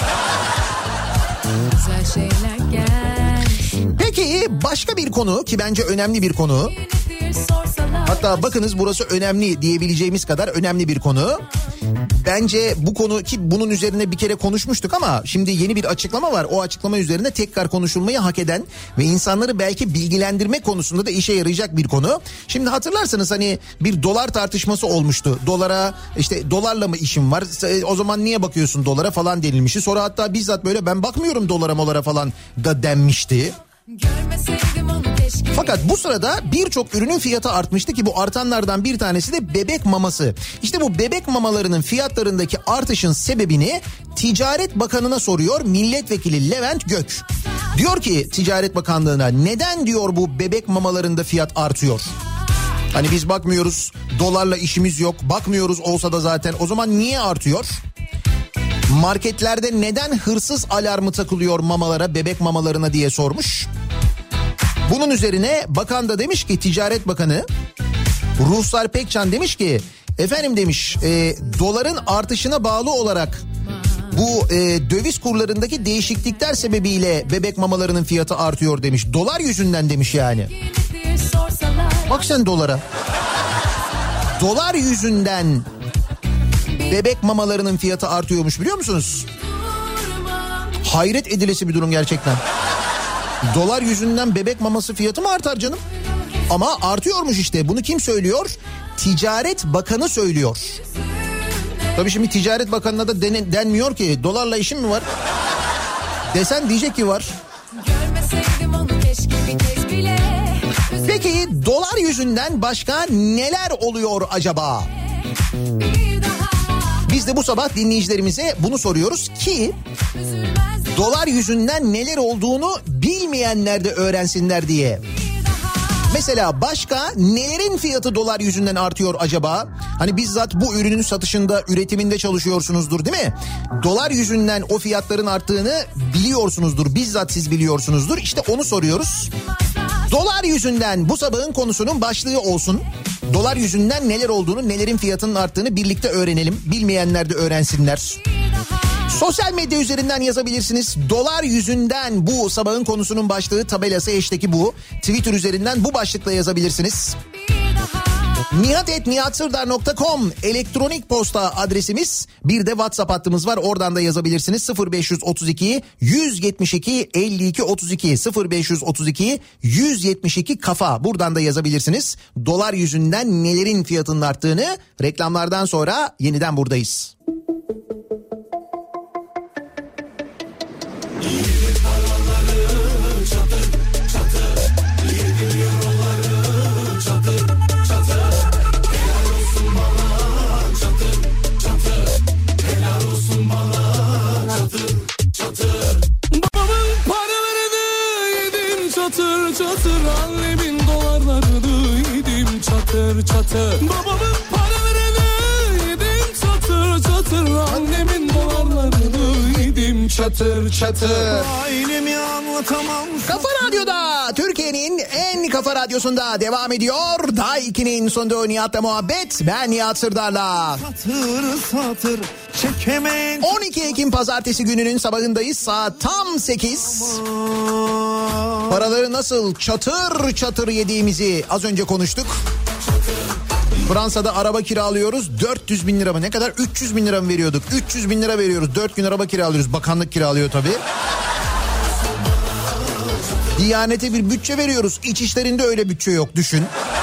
Peki başka bir konu ki bence önemli bir konu. Hatta bakınız burası önemli diyebileceğimiz kadar önemli bir konu. Bence bu konu, ki bunun üzerine bir kere konuşmuştuk ama şimdi yeni bir açıklama var. O açıklama üzerine tekrar konuşulmayı hak eden ve insanları belki bilgilendirme konusunda da işe yarayacak bir konu. Şimdi hatırlarsanız hani bir dolar tartışması olmuştu. Dolara, işte dolarla mı işim var? O zaman niye bakıyorsun dolara falan denilmişti. Sonra hatta bizzat böyle ben bakmıyorum dolara molara falan da denmişti. Fakat bu sırada birçok ürünün fiyatı artmıştı ki bu artanlardan bir tanesi de bebek maması. İşte bu bebek mamalarının fiyatlarındaki artışın sebebini Ticaret Bakanı'na soruyor Milletvekili Levent Gök. Diyor ki Ticaret Bakanlığı'na, neden diyor bu bebek mamalarında fiyat artıyor? Hani biz bakmıyoruz, dolarla işimiz yok, bakmıyoruz olsa da zaten, o zaman niye artıyor? Marketlerde neden hırsız alarmı takılıyor mamalara, bebek mamalarına diye sormuş. Bunun üzerine bakan da demiş ki, Ticaret Bakanı Ruhsar Pekcan demiş ki, efendim demiş doların artışına bağlı olarak bu döviz kurlarındaki değişiklikler sebebiyle bebek mamalarının fiyatı artıyor demiş. Dolar yüzünden demiş yani. Bak sen dolara. Dolar yüzünden bebek mamalarının fiyatı artıyormuş, biliyor musunuz? Hayret edilesi bir durum gerçekten. Dolar yüzünden bebek maması fiyatı mı artar canım? Ama artıyormuş işte. Bunu kim söylüyor? Ticaret Bakanı söylüyor. Tabii şimdi Ticaret Bakanı'na da denmiyor ki dolarla işim mi var? Desen diyecek ki var. Peki dolar yüzünden başka neler oluyor acaba? Biz de bu sabah dinleyicilerimize bunu soruyoruz ki dolar yüzünden neler olduğunu bilmeyenler de öğrensinler diye. Mesela başka nelerin fiyatı dolar yüzünden artıyor acaba? Hani bizzat bu ürünün satışında, üretiminde çalışıyorsunuzdur değil mi? Dolar yüzünden o fiyatların arttığını biliyorsunuzdur. Bizzat siz biliyorsunuzdur. İşte onu soruyoruz. Dolar yüzünden bu sabahın konusunun başlığı olsun. Dolar yüzünden neler olduğunu, nelerin fiyatının arttığını birlikte öğrenelim. Bilmeyenler de öğrensinler. Sosyal medya üzerinden yazabilirsiniz. Dolar yüzünden bu sabahın konusunun başlığı, tabelası, hashtag'i bu. Twitter üzerinden bu başlıkla yazabilirsiniz. nihat@nihatsırdar.com elektronik posta adresimiz. Bir de WhatsApp hattımız var, oradan da yazabilirsiniz. 0532 172 52 32 0532 172 kafa, buradan da yazabilirsiniz. Dolar yüzünden nelerin fiyatının arttığını. Reklamlardan sonra yeniden buradayız.
Annemin dolarlarını yedim çatır çatır. Babamın paralarını yedim çatır çatır. Annemin dolarlarını yedim çatır çatır. Ailemi anlatamam.
Kafa Radyo'da, Türkiye'nin en kafa radyosunda devam ediyor. Day 2'nin sonunda Nihat'la muhabbet. Ben Nihat Sırdar'la.
Satır satır çekemeyin.
12 Ekim pazartesi gününün sabahındayız. Saat tam 8. Paraları nasıl çatır çatır yediğimizi az önce konuştuk. Fransa'da araba kiralıyoruz. 400 bin lira mı? Ne kadar? 300 bin lira mı veriyorduk? 300 bin lira veriyoruz. 4 gün araba kiralıyoruz. Bakanlık kiralıyor tabii. Diyanete bir bütçe veriyoruz. İçişlerinde öyle bütçe yok, düşün.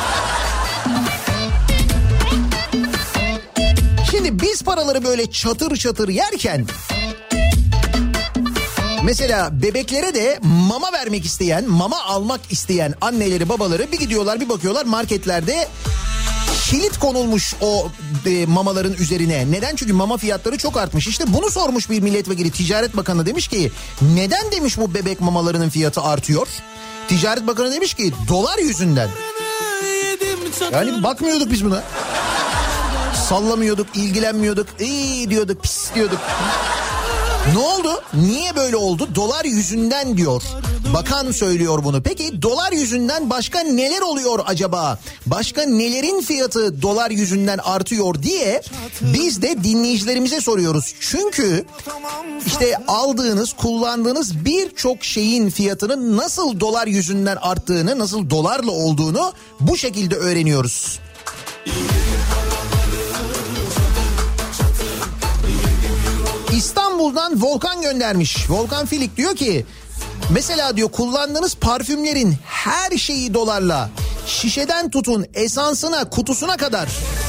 Şimdi biz paraları böyle çatır çatır yerken... Mesela bebeklere de mama vermek isteyen, mama almak isteyen anneleri, babaları bir gidiyorlar, bir bakıyorlar marketlerde kilit konulmuş o mamaların üzerine. Neden? Çünkü mama fiyatları çok artmış. İşte bunu sormuş bir milletvekili, Ticaret Bakanı demiş ki neden demiş bu bebek mamalarının fiyatı artıyor? Ticaret Bakanı demiş ki dolar yüzünden. Yani bakmıyorduk biz buna. Sallamıyorduk, ilgilenmiyorduk, iyi diyorduk, pis diyorduk. Ne oldu? Niye böyle oldu? Dolar yüzünden diyor. Bakan söylüyor bunu. Peki dolar yüzünden başka neler oluyor acaba? Başka nelerin fiyatı dolar yüzünden artıyor diye biz de dinleyicilerimize soruyoruz. Çünkü işte aldığınız, kullandığınız birçok şeyin fiyatının nasıl dolar yüzünden arttığını, nasıl dolarla olduğunu bu şekilde öğreniyoruz. İstanbul'dan Volkan göndermiş. Volkan Filik diyor ki mesela diyor kullandığınız parfümlerin her şeyi dolarla, şişeden tutun esansına, kutusuna kadar.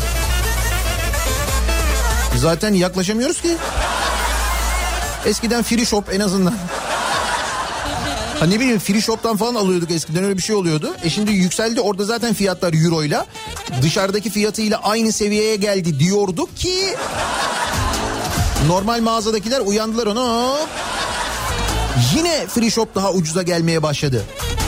Zaten yaklaşamıyoruz ki. Eskiden Free Shop en azından. Ha ne bileyim Free Shop'tan falan alıyorduk eskiden, öyle bir şey oluyordu. Şimdi yükseldi, orada zaten fiyatlar euroyla, dışarıdaki fiyatıyla aynı seviyeye geldi diyorduk ki normal mağazadakiler uyandılar ona. Yine Free Shop daha ucuza gelmeye başladı.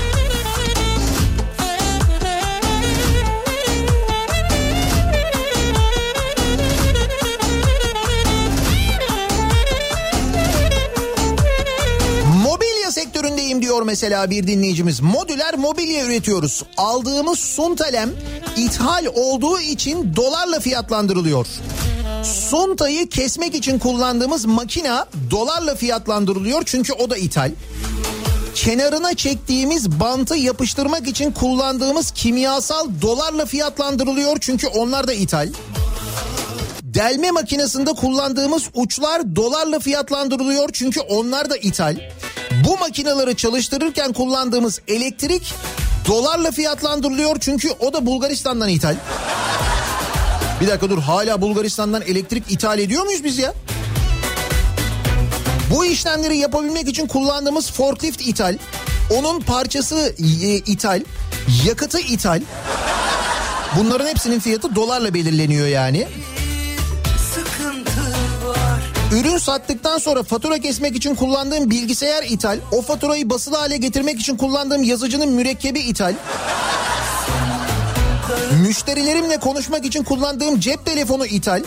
Mobilya sektöründeyim diyor mesela bir dinleyicimiz. Modüler mobilya üretiyoruz. Aldığımız suntalem ithal olduğu için dolarla fiyatlandırılıyor. Suntayı kesmek için kullandığımız makina dolarla fiyatlandırılıyor çünkü o da ithal. Kenarına çektiğimiz bantı yapıştırmak için kullandığımız kimyasal dolarla fiyatlandırılıyor çünkü onlar da ithal. Delme makinesinde kullandığımız uçlar dolarla fiyatlandırılıyor çünkü onlar da ithal. Bu makineleri çalıştırırken kullandığımız elektrik dolarla fiyatlandırılıyor çünkü o da Bulgaristan'dan ithal. Bir dakika dur, hala Bulgaristan'dan elektrik ithal ediyor muyuz biz ya? Bu işlemleri yapabilmek için kullandığımız forklift ithal. Onun parçası ithal. Yakıtı ithal. Bunların hepsinin fiyatı dolarla belirleniyor yani. Ürün sattıktan sonra fatura kesmek için kullandığım bilgisayar ithal. O faturayı basılı hale getirmek için kullandığım yazıcının mürekkebi ithal. Müşterilerimle konuşmak için kullandığım cep telefonu ithal.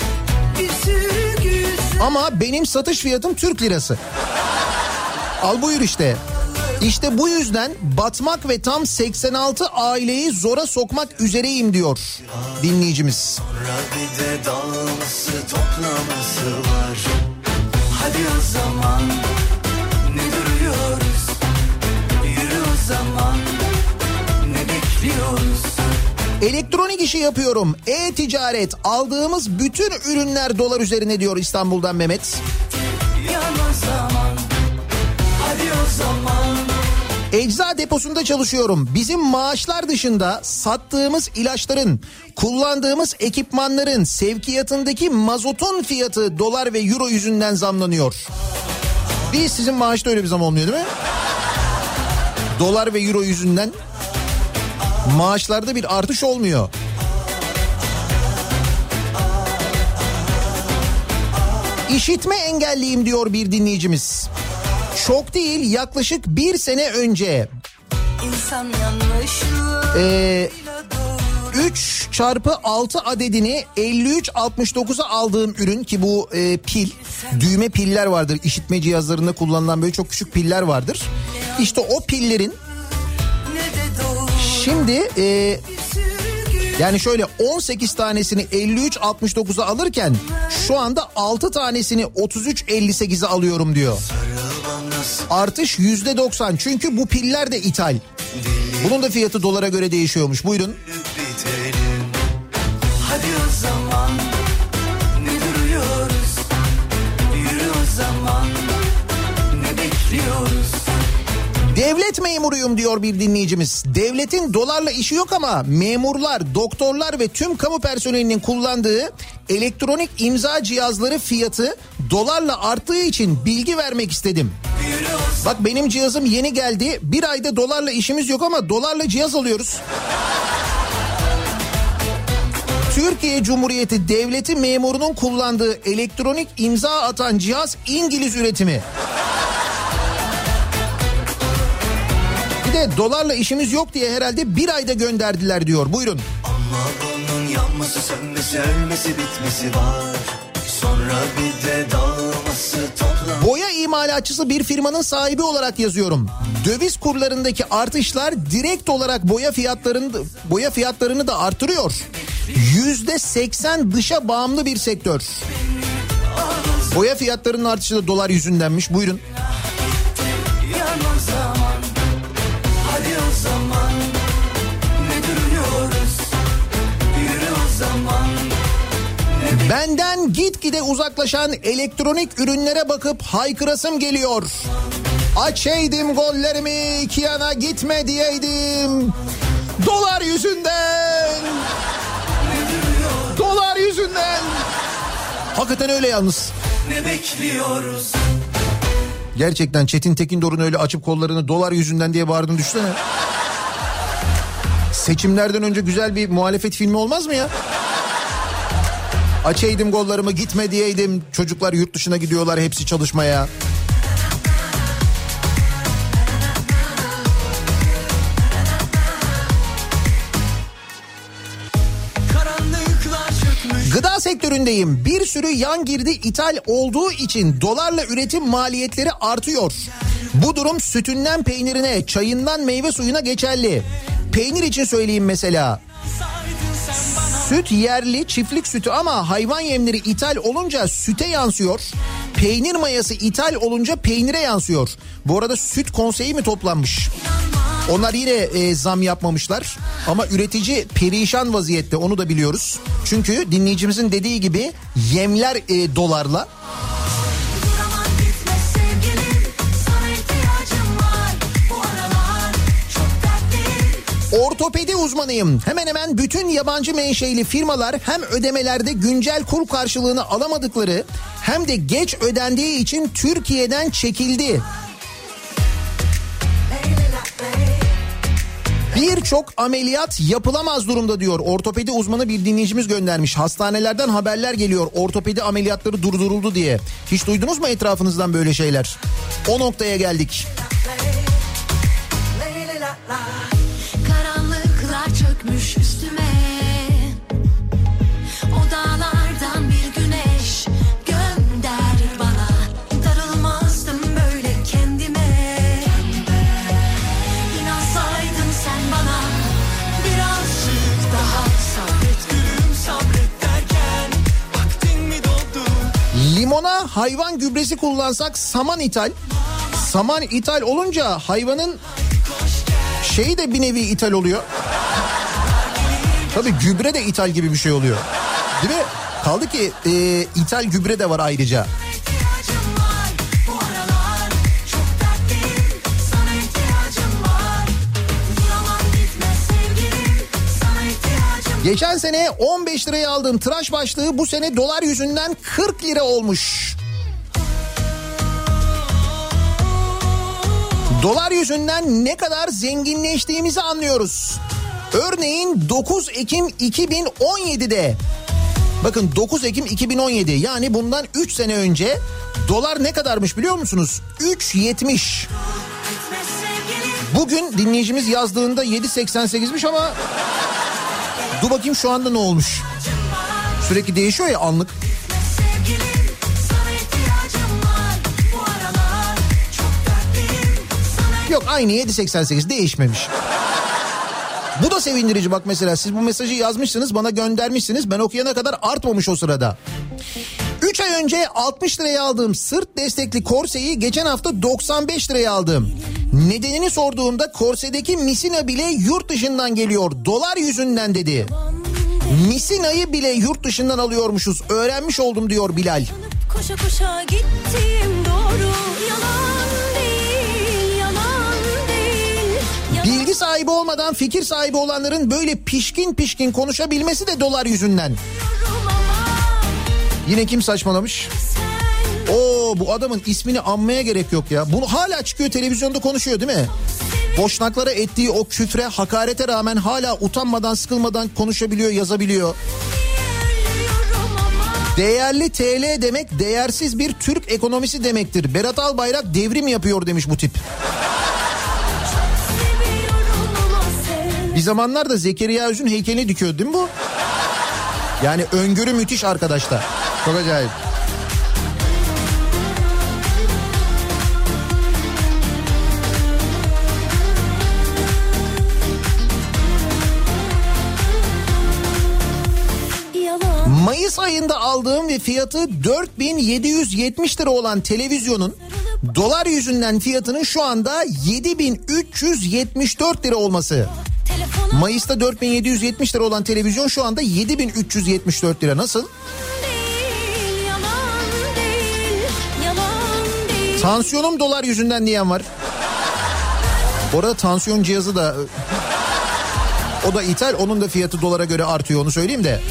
Ama benim satış fiyatım Türk lirası. Al buyur işte. İşte bu yüzden batmak ve tam 86 aileyi zora sokmak üzereyim diyor dinleyicimiz.
Bir de dağılması, toplaması var. Hadi o zaman ne duruyoruz? Yürü o zaman ne bekliyoruz?
Elektronik işi yapıyorum. E-ticaret, aldığımız bütün ürünler dolar üzerine diyor İstanbul'dan Mehmet.
Yan o zaman, hadi o zaman.
Ecza deposunda çalışıyorum. Bizim maaşlar dışında sattığımız ilaçların, kullandığımız ekipmanların, sevkiyatındaki mazotun fiyatı dolar ve euro yüzünden zamlanıyor. Biz sizin maaşta öyle bir zam olmuyor değil mi? Dolar ve euro yüzünden maaşlarda bir artış olmuyor. İşitme engelliyim diyor bir dinleyicimiz. Çok değil, yaklaşık bir sene önce 3x6 adedini 53.69'a aldığım ürün ki bu pil, düğme piller vardır. İşitme cihazlarında kullanılan böyle çok küçük piller vardır. İşte o pillerin şimdi yani şöyle 18 tanesini 53.69'a alırken şu anda 6 tanesini 33.58'e alıyorum diyor. Artış %90 çünkü bu piller de ithal. Bunun da fiyatı dolara göre değişiyormuş. Buyurun.
Hadi o zaman ne duruyoruz? Yürü o zaman ne bekliyoruz?
Devlet memuruyum diyor bir dinleyicimiz. Devletin dolarla işi yok ama memurlar, doktorlar ve tüm kamu personelinin kullandığı elektronik imza cihazları fiyatı dolarla arttığı için bilgi vermek istedim. Bak benim cihazım yeni geldi. Bir ayda dolarla işimiz yok ama dolarla cihaz alıyoruz. Türkiye Cumhuriyeti Devleti memurunun kullandığı elektronik imza atan cihaz İngiliz üretimi. Bir de dolarla işimiz yok diye herhalde bir ayda gönderdiler diyor. Buyurun.
Ama bunun yanması, sönmesi, ölmesi, bitmesi var. Sonra bir de dağılması, toplam.
Boya imalatçısı bir firmanın sahibi olarak yazıyorum. Döviz kurlarındaki artışlar direkt olarak boya fiyatlarını da artırıyor. %80 dışa bağımlı bir sektör. Boya fiyatlarının artışı da dolar yüzündenmiş. Buyurun.
Yan o zaman, hadi o zaman, ne duruyoruz, yürü o zaman.
Benden gitgide uzaklaşan elektronik ürünlere bakıp haykırasım geliyor. Açaydım gollerimi, iki yana gitme diyeydim. Dolar yüzünden. Dolar yüzünden. Hakikaten öyle yalnız.
Ne bekliyoruz?
Gerçekten Çetin Tekindor'un öyle açıp kollarını dolar yüzünden diye bağırdığını düşünsene. Seçimlerden önce güzel bir muhalefet filmi olmaz mı ya? Açaydım gollarımı, gitme diyeydim. Çocuklar yurt dışına gidiyorlar hepsi çalışmaya. Gıda sektöründeyim. Bir sürü yan girdi ithal olduğu için dolarla üretim maliyetleri artıyor. Bu durum sütünden peynirine, çayından meyve suyuna geçerli. Peynir için söyleyeyim mesela. Süt yerli, çiftlik sütü ama hayvan yemleri ithal olunca süte yansıyor. Peynir mayası ithal olunca peynire yansıyor. Bu arada süt konseyi mi toplanmış? Onlar yine zam yapmamışlar ama üretici perişan vaziyette, onu da biliyoruz. Çünkü dinleyicimizin dediği gibi yemler dolarla. Ortopedi uzmanıyım. Hemen hemen bütün yabancı menşeli firmalar hem ödemelerde güncel kur karşılığını alamadıkları hem de geç ödendiği için Türkiye'den çekildi. Birçok ameliyat yapılamaz durumda diyor. Ortopedi uzmanı bir dinleyicimiz göndermiş. Hastanelerden haberler geliyor. Ortopedi ameliyatları durduruldu diye. Hiç duydunuz mu etrafınızdan böyle şeyler? O noktaya geldik.
Karanlıklar çökmüş üstüme. O dağlardan bir güneş gönder bana. Darılmazdım böyle kendime. İnansaydın sen bana. Birazcık daha sabret gülüm, sabret derken vaktin mi doldu?
Limona hayvan gübresi kullansak saman ithal. Saman ithal olunca hayvanın şeyi de bir nevi ithal oluyor. Tabii gübre de ithal gibi bir şey oluyor. Değil mi? Kaldı ki ithal gübre de var ayrıca. Geçen sene 15 liraya aldığım tıraş başlığı bu sene dolar yüzünden 40 lira olmuş. Dolar yüzünden ne kadar zenginleştiğimizi anlıyoruz. Örneğin 9 Ekim 2017'de, bakın 9 Ekim 2017, yani bundan 3 sene önce dolar ne kadarmış biliyor musunuz? 3.70. Bugün dinleyicimiz yazdığında 7.88'miş ama dur bakayım şu anda ne olmuş? Sürekli değişiyor ya anlık. Yok aynı 7.88, değişmemiş. Bu da sevindirici bak, mesela siz bu mesajı yazmışsınız, bana göndermişsiniz, ben okuyana kadar artmamış o sırada. 3 ay önce 60 liraya aldığım sırt destekli korseyi geçen hafta 95 liraya aldım. Nedenini sorduğumda korsedeki misina bile yurt dışından geliyor, dolar yüzünden dedi. Misinayı bile yurt dışından alıyormuşuz, öğrenmiş oldum diyor Bilal.
Koşa koşa gittim doğru, yalan değil, yalan değil.
Bilgi sahibi olmadan fikir sahibi olanların böyle pişkin pişkin konuşabilmesi de dolar yüzünden. Yine kim saçmalamış? Oo, bu adamın ismini anmaya gerek yok ya. Bunu hala çıkıyor televizyonda konuşuyor değil mi? Boşnaklara ettiği o küfre, hakarete rağmen hala utanmadan, sıkılmadan konuşabiliyor, yazabiliyor. Değerli TL demek değersiz bir Türk ekonomisi demektir. Berat Albayrak devrim yapıyor demiş bu tip. Bir zamanlar da Zekeriya Öz'ün heykelini dikiyordu değil mi bu? Yani öngörü müthiş arkadaşlar. Çok acayip. Mayıs ayında aldığım ve fiyatı 4770 lira olan televizyonun dolar yüzünden fiyatının şu anda 7374 lira olması. Mayıs'ta 4770 lira olan televizyon şu anda 7374 lira. Nasıl? Tansiyonum dolar yüzünden diyen var. Orada tansiyon cihazı da o da ithal, onun da fiyatı dolara göre artıyor, onu söyleyeyim de.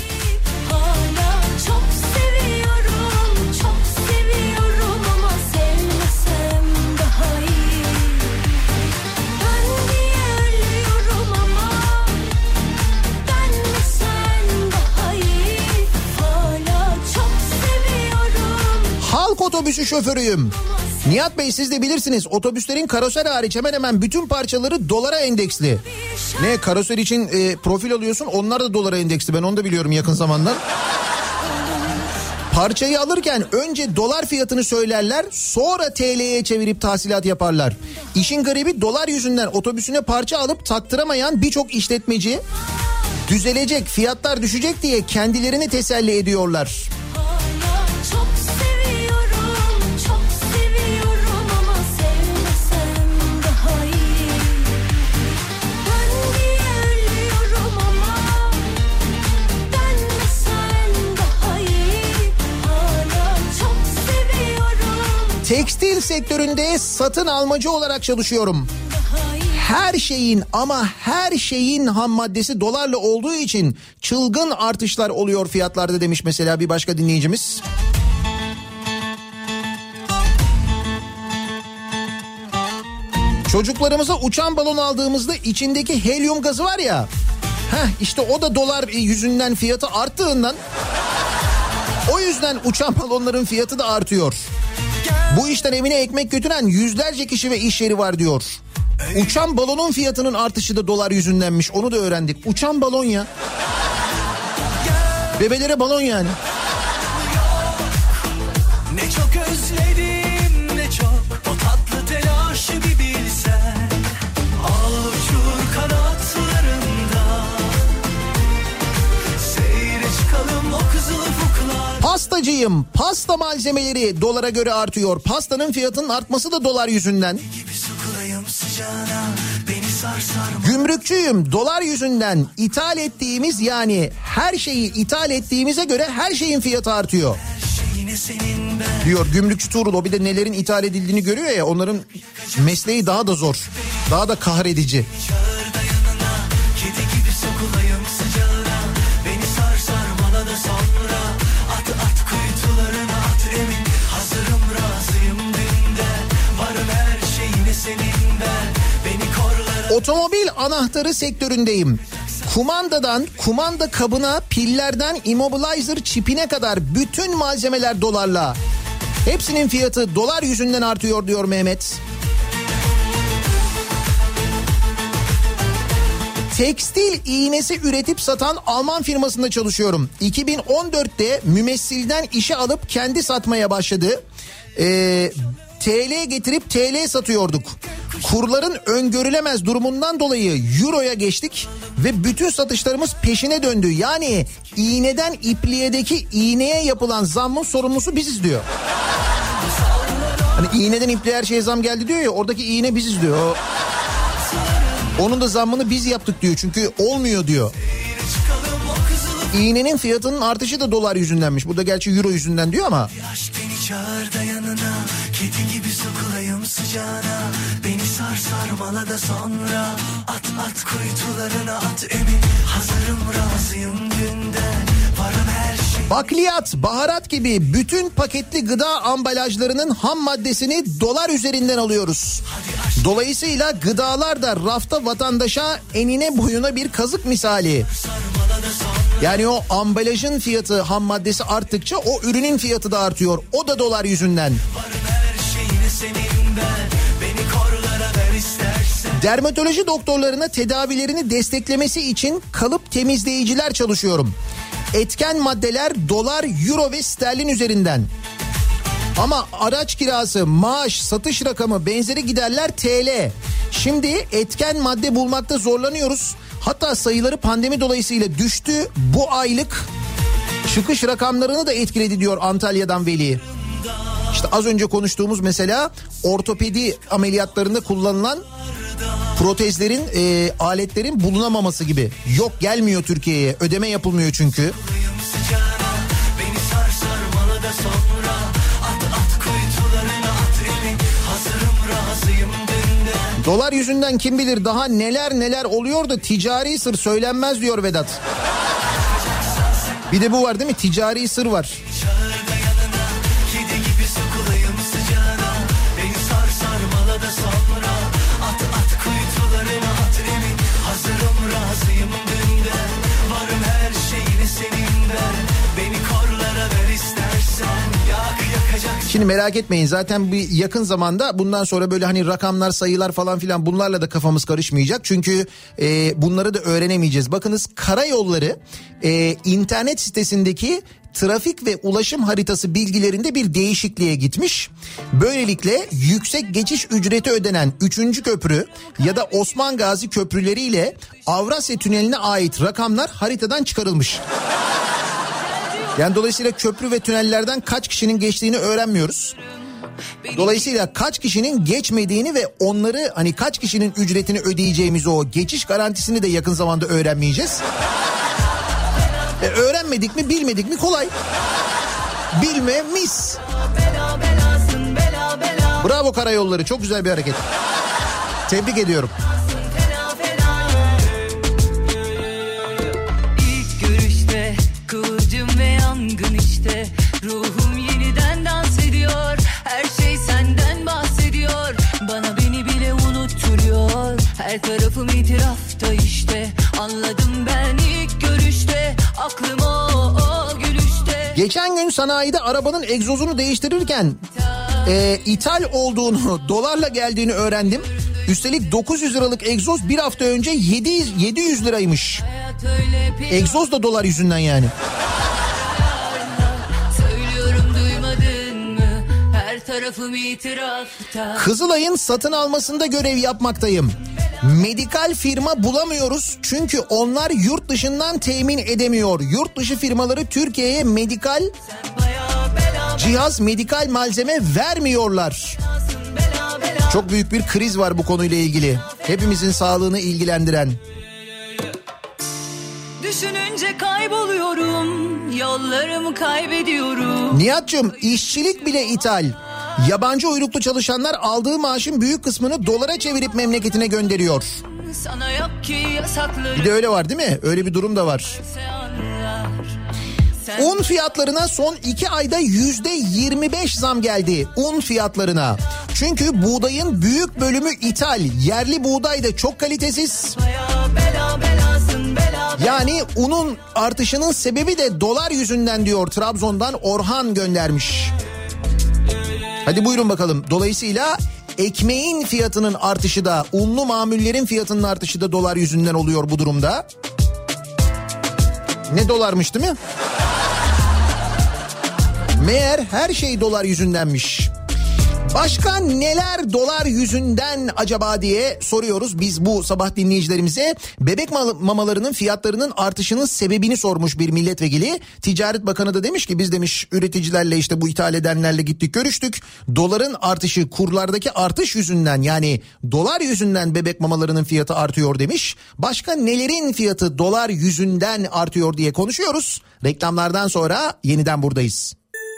Halk otobüsü şoförüyüm. Nihat Bey, siz de bilirsiniz, otobüslerin karoser hariç hemen hemen bütün parçaları dolara endeksli. Ne, karoser için profil alıyorsun, onlar da dolara endeksli, ben onu da biliyorum yakın zamandan. Parçayı alırken önce dolar fiyatını söylerler, sonra TL'ye çevirip tahsilat yaparlar. İşin garibi, dolar yüzünden otobüsüne parça alıp taktıramayan birçok işletmeci düzelecek, fiyatlar düşecek diye kendilerini teselli ediyorlar. Tekstil sektöründe satın almacı olarak çalışıyorum. Her şeyin ama her şeyin ham maddesi dolarla olduğu için çılgın artışlar oluyor fiyatlarda demiş mesela bir başka dinleyicimiz. Çocuklarımıza uçan balon aldığımızda içindeki helyum gazı var ya. İşte o da dolar yüzünden fiyatı arttığından, o yüzden uçan balonların fiyatı da artıyor. Bu işten evine ekmek götüren yüzlerce kişi ve iş yeri var diyor. Uçan balonun fiyatının artışı da dolar yüzündenmiş, onu da öğrendik. Uçan balon ya. Bebelere balon yani.
Ne çok özledim, ne çok o tatlı telaşı bir bilsen. Al uçur kanatlarında, seyre çıkalım o kızıl ufuklar.
Pastacıyım, pasta malzemeleri dolara göre artıyor. Pastanın fiyatının artması da dolar yüzünden. Gümrükçüyüm, dolar yüzünden ithal ettiğimiz, yani her şeyi ithal ettiğimize göre her şeyin fiyatı artıyor. Diyor gümrükçü Tuğrul, o bir de nelerin ithal edildiğini görüyor ya, onların mesleği daha da zor, daha da kahredici. Otomobil anahtarı sektöründeyim. Kumandadan, kumanda kabına, pillerden immobilizer çipine kadar bütün malzemeler dolarla. Hepsinin fiyatı dolar yüzünden artıyor diyor Mehmet. Tekstil iğnesi üretip satan Alman firmasında çalışıyorum. 2014'te mümessilden işe alıp kendi satmaya başladı. TL getirip TL satıyorduk. Kurların öngörülemez durumundan dolayı euroya geçtik ve bütün satışlarımız peşine döndü. Yani iğneden ipliğedeki iğneye yapılan zammın sorumlusu biziz diyor. Hani iğneden ipliğe her şeye zam geldi diyor ya, oradaki iğne biziz diyor. Onun da zammını biz yaptık diyor, çünkü olmuyor diyor. İğnenin fiyatının artışı da dolar yüzündenmiş. Burada gerçi euro yüzünden diyor ama. Çağır da yanına, kedi gibi sokulayım sıcağına. Beni sar sarmala da sonra at kuytularına at emin. Hazırım razıyım dünden, varım her şey. Bakliyat, baharat gibi bütün paketli gıda ambalajlarının ham maddesini dolar üzerinden alıyoruz. Dolayısıyla gıdalar da rafta vatandaşa enine boyuna bir kazık misali. Yani o ambalajın fiyatı, ham maddesi arttıkça o ürünün fiyatı da artıyor. O da dolar yüzünden. Senin ben, beni korlara ver istersen. Dermatoloji doktorlarına tedavilerini desteklemesi için kalıp temizleyiciler çalışıyorum. Etken maddeler dolar, euro ve sterlin üzerinden. Ama araç kirası, maaş, satış rakamı, benzeri giderler TL. Şimdi etken madde bulmakta zorlanıyoruz. Hatta sayıları pandemi dolayısıyla düştü. Bu aylık çıkış rakamlarını da etkiledi diyor Antalya'dan Veli. İşte az önce konuştuğumuz mesela ortopedi ameliyatlarında kullanılan protezlerin, aletlerin bulunamaması gibi. Yok, gelmiyor Türkiye'ye, ödeme yapılmıyor çünkü. Dolar yüzünden kim bilir daha neler neler oluyor da ticari sır söylenmez diyor Vedat. Bir de bu var değil mi? Ticari sır var. Şimdi merak etmeyin, zaten bir yakın zamanda bundan sonra böyle hani rakamlar, sayılar falan filan bunlarla da kafamız karışmayacak. Çünkü bunları da öğrenemeyeceğiz. Bakınız, karayolları internet sitesindeki trafik ve ulaşım haritası bilgilerinde bir değişikliğe gitmiş. Böylelikle yüksek geçiş ücreti ödenen 3. köprü ya da Osman Gazi köprüleriyle Avrasya Tüneli'ne ait rakamlar haritadan çıkarılmış. Yani dolayısıyla köprü ve tünellerden kaç kişinin geçtiğini öğrenmiyoruz. Dolayısıyla kaç kişinin geçmediğini ve onları, hani kaç kişinin ücretini ödeyeceğimizi, o geçiş garantisini de yakın zamanda öğrenmeyeceğiz. Öğrenmedik mi, bilmedik mi kolay. Bilme mis. Bravo karayolları, çok güzel bir hareket. Tebrik ediyorum.
İşte ruhum yeniden dans ediyor. Her şey senden bahsediyor. Bana beni bile unutturuyor. Her tarafım itirafta işte. Anladım ben ilk görüşte. Aklım o gülüşte.
Geçen gün sanayide arabanın egzozunu değiştirirken ithal olduğunu, dolarla geldiğini öğrendim. Üstelik 900 liralık egzoz bir hafta önce 700 liraymış. Egzoz da dolar yüzünden yani. Kızılay'ın satın almasında görev yapmaktayım. Medikal firma bulamıyoruz çünkü onlar yurt dışından temin edemiyor. Yurt dışı firmaları Türkiye'ye medikal cihaz, medikal malzeme vermiyorlar. Çok büyük bir kriz var bu konuyla ilgili. Hepimizin sağlığını ilgilendiren.
Düşününce kayboluyorum, yollarımı kaybediyorum.
Nihat'cığım, işçilik bile ithal. Yabancı uyruklu çalışanlar aldığı maaşın büyük kısmını dolara çevirip memleketine gönderiyor. Bir de öyle var değil mi? Öyle bir durum da var. Un fiyatlarına son 2 ayda %25 zam geldi. Un fiyatlarına. Çünkü buğdayın büyük bölümü ithal. Yerli buğday da çok kalitesiz. Yani unun artışının sebebi de dolar yüzünden diyor, Trabzon'dan Orhan göndermiş. Hadi buyurun bakalım. Dolayısıyla ekmeğin fiyatının artışı da, unlu mamullerin fiyatının artışı da dolar yüzünden oluyor bu durumda. Ne dolarmış değil mi? Meğer her şey dolar yüzündenmiş. Başka neler dolar yüzünden acaba diye soruyoruz biz bu sabah dinleyicilerimize. Bebek mamalarının fiyatlarının artışının sebebini sormuş bir milletvekili. Ticaret Bakanı da demiş ki biz demiş üreticilerle, işte bu ithal edenlerle gittik görüştük. Doların artışı, kurlardaki artış yüzünden, yani dolar yüzünden bebek mamalarının fiyatı artıyor demiş. Başka nelerin fiyatı dolar yüzünden artıyor diye konuşuyoruz. Reklamlardan sonra yeniden buradayız.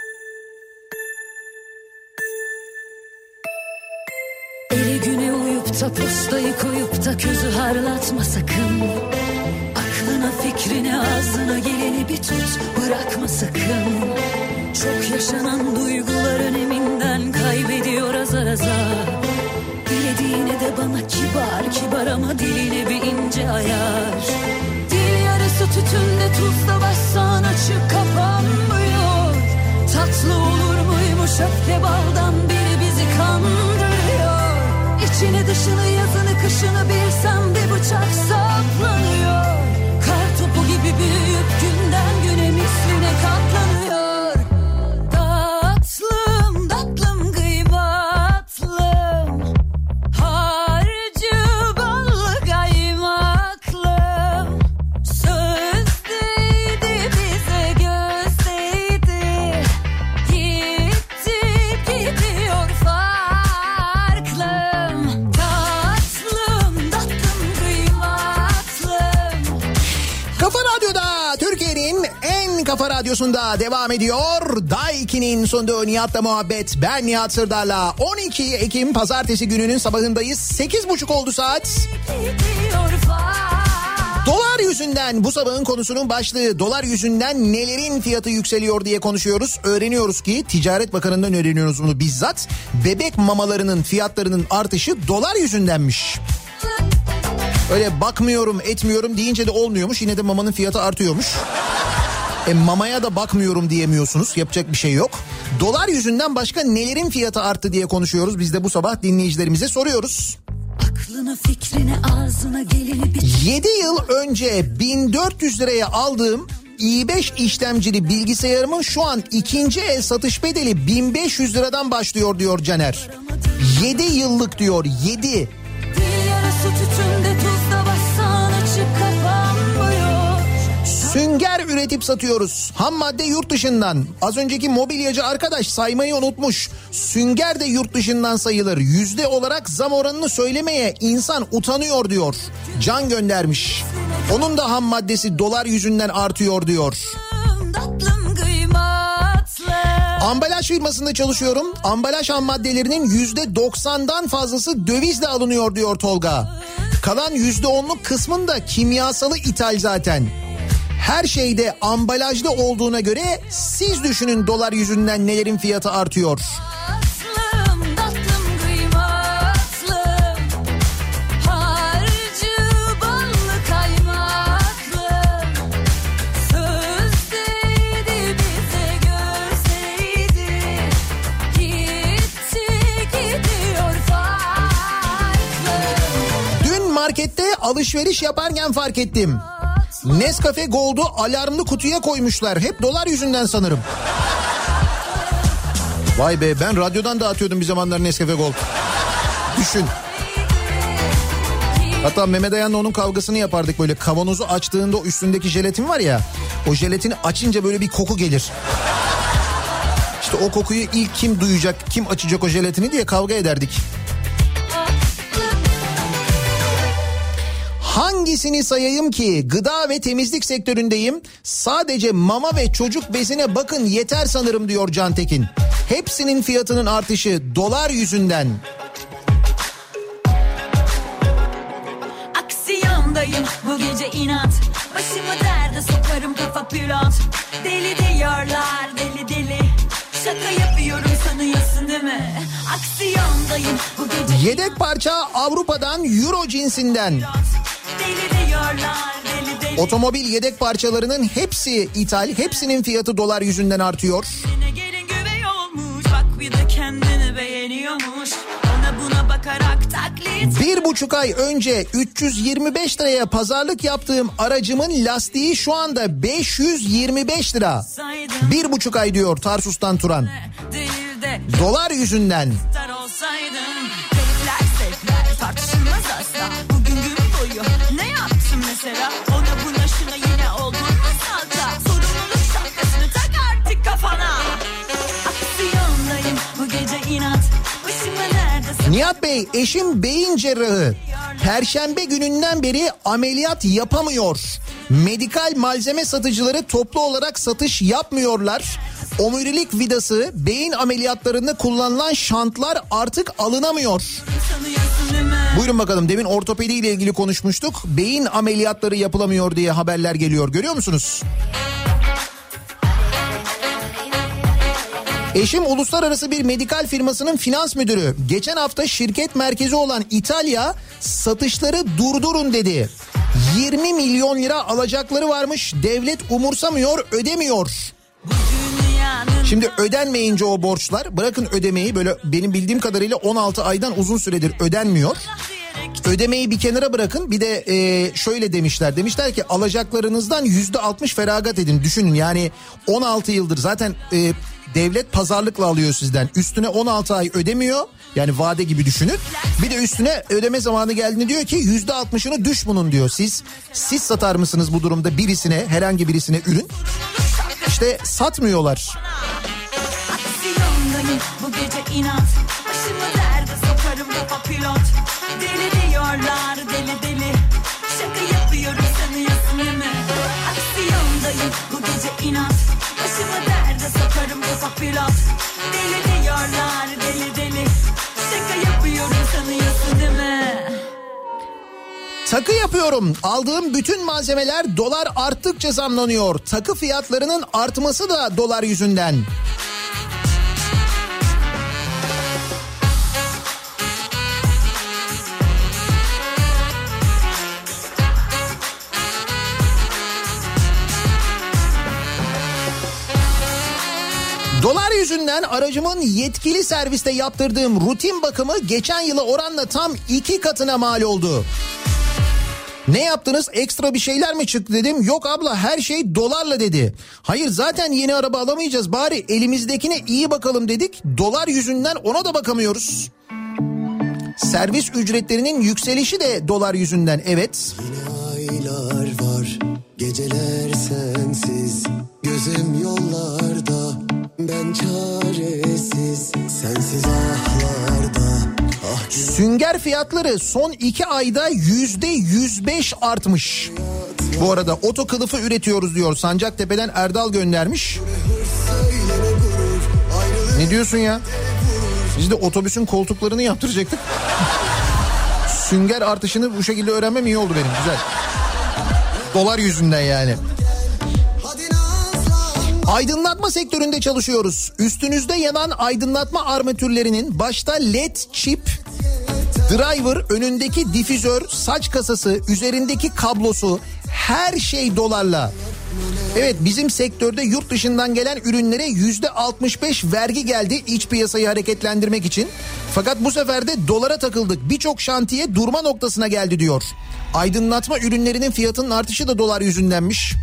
Eli güne uyup da postayı koyup da közü harlatma sakın. Aklına fikrine ağzına geleni bir tut, bırakma sakın. Çok yaşanan duygular öneminden kaybediyor azar azar. Dilediğine de bana kibar kibar ama diline bir ince ayar. Dil yarısı tütünde tuzla başsan açık kapanmıyor. Tatlı olur muymuş öfke baldan biri bizi kandırıyor. İçini dışını yazını kışını Vuruşunu bilsem bir bıçak saplanıyor. Kar topu gibi büyüyüp günden güne misline katlanıyor. Tatlım tatlım kıymatlım, harcı ballı kaymaklım. Söz değdi bize göz değdi, gitti gidiyor farklım. Tatlım tatlım kıymatlım.
Kafa Radyo'da, Türkiye'nin en kafa radyosunda devam ediyor. Daiki'nin sunduğu Nihat'la muhabbet. Ben Nihat Sırdar'la 12 Ekim Pazartesi gününün sabahındayız. 8.30 oldu saat.
Gidiyor farklım.
Dolar yüzünden bu sabahın konusunun başlığı, dolar yüzünden nelerin fiyatı yükseliyor diye konuşuyoruz. Öğreniyoruz ki, Ticaret Bakanı'ndan öğreniyoruz bunu bizzat. Bebek mamalarının fiyatlarının artışı dolar yüzündenmiş. Öyle bakmıyorum etmiyorum deyince de olmuyormuş, yine de mamanın fiyatı artıyormuş. Mamaya da bakmıyorum diyemiyorsunuz, yapacak bir şey yok. Dolar yüzünden başka nelerin fiyatı arttı diye konuşuyoruz. Biz de bu sabah dinleyicilerimize soruyoruz.
Aklına fikrine ağzına geleni bir
7 yıl önce 1400 liraya aldığım i5 işlemcili bilgisayarımın şu an ikinci el satış bedeli 1500 liradan başlıyor diyor Caner. 7 yıllık diyor, 7.
dil yarası tütünde tuzda bassan açık kapanmıyor.
Sünger üretip satıyoruz. Ham madde yurt dışından. Az önceki mobilyacı arkadaş saymayı unutmuş. Sünger de yurt dışından sayılır. Yüzde olarak zam oranını söylemeye insan utanıyor diyor. Can göndermiş. Onun da ham maddesi dolar yüzünden artıyor diyor.
Tatlım kıymatlı.
Ambalaj firmasında çalışıyorum. Ambalaj ham maddelerinin %90'dan fazlası dövizle alınıyor diyor Tolga. Kalan %10'luk kısmında kimyasalı ithal zaten. Her şeyde ambalajlı olduğuna göre siz düşünün dolar yüzünden nelerin fiyatı artıyor.
Tatlım tatlım kıymatlı, harcı ballı kaymaklım. Söz değdi bize göz değdi, gitti gidiyor farklım.
Dün markette alışveriş yaparken fark ettim. Nescafe Gold'u alarmlı kutuya koymuşlar. Hep dolar yüzünden sanırım. Vay be, ben radyodan dağıtıyordum bir zamanlar Nescafe Gold. Düşün. Hatta Mehmet Ayan'la onun kavgasını yapardık böyle. Kavanozu açtığında o üstündeki jelatin var ya. O jelatini açınca böyle bir koku gelir. İşte o kokuyu ilk kim duyacak, kim açacak o jelatini diye kavga ederdik. Hangisini sayayım ki? Gıda ve temizlik sektöründeyim. Sadece mama ve çocuk bezine bakın yeter sanırım diyor Can Tekin. Hepsinin fiyatının artışı dolar yüzünden.
Aksiyondayım bu gece inat, başımı derde sokarım kafa pilot. Deli diyorlar deli deli, şaka yapıyorum sanıyorsun değil mi? Aksiyondayım bu gece.
Yedek parça Avrupa'dan Euro cinsinden.
Deli diyorlar deli deli.
Otomobil yedek parçalarının hepsi ithal, hepsinin fiyatı dolar yüzünden artıyor.
Gelin güvey olmuş, bak bir de kendini beğeniyormuş. Ona buna bakarak taklit.
1,5 ay önce 325 liraya pazarlık yaptığım aracımın lastiği şu anda 525 lira. 1,5 ay diyor Tarsus'tan Turan.
Dilde
Dolar yüzünden.
star olsaydım, zevkler zevkler tartışılmaz asla. Bugün gün boyu ne yaptım mesela? Ona buna şuna yine oldun mu salça? Sorumluluk şapkasını tak artık kafana. Aksiyondayım bu gece inat, başıma neredesin?
Nihat Bey, eşim beyin cerrahı. Perşembe gününden beri ameliyat yapamıyor. Medikal malzeme satıcıları toplu olarak satış yapmıyorlar. Omurilik vidası, beyin ameliyatlarında kullanılan şantlar artık alınamıyor.
Sanıyorsun değil mi?
Buyurun bakalım, demin ortopedi ile ilgili konuşmuştuk. Beyin ameliyatları yapılamıyor diye haberler geliyor, görüyor musunuz? Eşim uluslararası bir medikal firmasının finans müdürü. Geçen hafta şirket merkezi olan İtalya satışları durdurun dedi. 20 milyon lira alacakları varmış. Devlet umursamıyor, ödemiyor. Şimdi ödenmeyince o borçlar, bırakın ödemeyi, böyle benim bildiğim kadarıyla 16 aydan uzun süredir ödenmiyor. Ödemeyi bir kenara bırakın, bir de şöyle demişler. Demişler ki alacaklarınızdan %60 feragat edin. Düşünün yani 16 yıldır zaten devlet pazarlıkla alıyor sizden. Üstüne 16 ay ödemiyor. Yani vade gibi düşünün. Bir de üstüne ödeme zamanı geldiğinde diyor ki %60'ını düş bunun diyor. Siz satar mısınız bu durumda birisine, herhangi birisine ürün? İşte satmıyorlar.
Bu gece inat, başımı derde sokarım kafa pilot. Deli diyorlar deli deli, şaka yapıyorum sanıyorsun değil mi? Aksiyondayım bu gece inat, başımı derde sokarım kafa pilot. Deli diyorlar deli deli, şaka yapıyorum sanıyorsun değil mi?
Takı yapıyorum. Aldığım bütün malzemeler dolar arttıkça zamlanıyor. Takı fiyatlarının artması da dolar yüzünden. Dolar yüzünden aracımın yetkili serviste yaptırdığım rutin bakımı geçen yıla oranla tam 2 katına mal oldu. Ne yaptınız, ekstra bir şeyler mi çıktı dedim. Yok abla her şey dolarla dedi. Hayır zaten yeni araba alamayacağız, bari elimizdekine iyi bakalım dedik. Dolar yüzünden ona da bakamıyoruz. Servis ücretlerinin yükselişi de dolar yüzünden, evet.
Yine aylar var, geceler sensiz, gözüm yollarda, ben çaresiz, sensiz ahlarda.
Sünger fiyatları son 2 ayda %105 artmış. Bu arada oto kılıfı üretiyoruz diyor. Sancaktepe'den Erdal göndermiş. Ne diyorsun ya? Biz de otobüsün koltuklarını yaptıracaktık. Sünger artışını bu şekilde öğrenmem iyi oldu benim, güzel. Dolar yüzünden yani. Aydınlatma sektöründe çalışıyoruz. Üstünüzde yanan aydınlatma armatürlerinin başta led çip, driver, önündeki difüzör, saç kasası, üzerindeki kablosu, her şey dolarla. Evet, bizim sektörde yurt dışından gelen ürünlere %65 vergi geldi iç piyasayı hareketlendirmek için. Fakat bu sefer de dolara takıldık. Birçok şantiye durma noktasına geldi diyor. Aydınlatma ürünlerinin fiyatının artışı da dolar yüzündenmiş.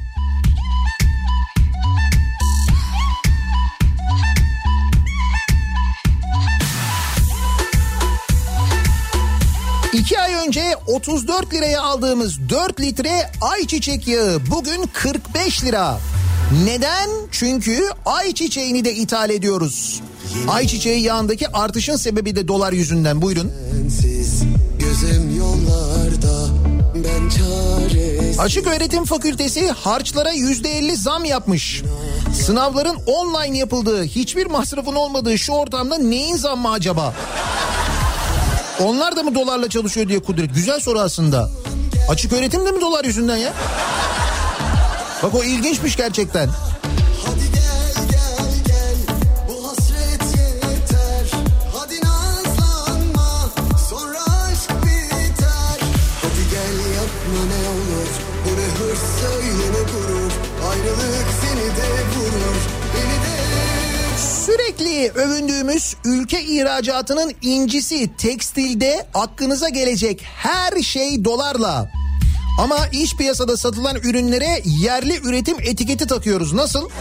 İki ay önce 34 liraya aldığımız 4 litre ayçiçek yağı bugün 45 lira. Neden? Çünkü ayçiçeğini de ithal ediyoruz. Ayçiçeği yağındaki artışın sebebi de dolar yüzünden. Buyurun.
Gözüm yollarda, ben çaresiz.
Açık Öğretim Fakültesi harçlara %50 zam yapmış. Sınavların online yapıldığı, hiçbir masrafın olmadığı şu ortamda neyin zammı acaba? Onlar da mı dolarla çalışıyor diye Kudret. Güzel soru aslında. Açık öğretim de mi dolar yüzünden ya? Bak o ilginçmiş gerçekten.
Hadi gel gel gel, bu hasret yeter. Hadi nazlanma, sonra aşk biter. Hadi gel yapma ne olur, bu ne hırs söyle ne gurur. Ayrılık seni de vurur, beni de.
Sürekli övündüğümüz ülke ihracatının incisi tekstilde aklınıza gelecek her şey dolarla. Ama iç piyasada satılan ürünlere yerli üretim etiketi takıyoruz. Nasıl?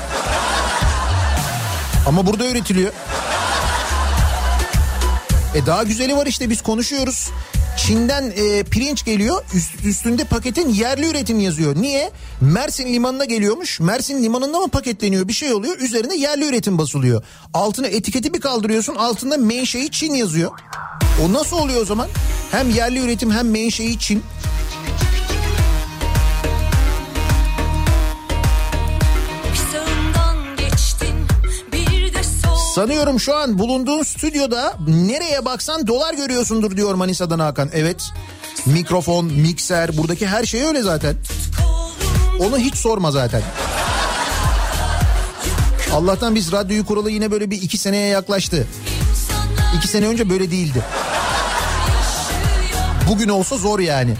Ama burada üretiliyor. Daha güzeli var işte, biz konuşuyoruz. Çin'den pirinç geliyor, üstünde paketin yerli üretim yazıyor. Niye? Mersin limanına geliyormuş. Mersin limanında mı paketleniyor, bir şey oluyor, üzerine yerli üretim basılıyor. Altına etiketi bir kaldırıyorsun, altında menşei Çin yazıyor. O nasıl oluyor o zaman? Hem yerli üretim hem menşei Çin. Sanıyorum şu an bulunduğun stüdyoda nereye baksan dolar görüyorsundur diyor Manisa'dan Hakan. Evet, mikrofon, mikser, buradaki her şey öyle zaten. Onu hiç sorma zaten. Allah'tan biz radyoyu kuralı yine böyle bir 2 seneye yaklaştı. 2 sene önce böyle değildi. Bugün olsa zor yani.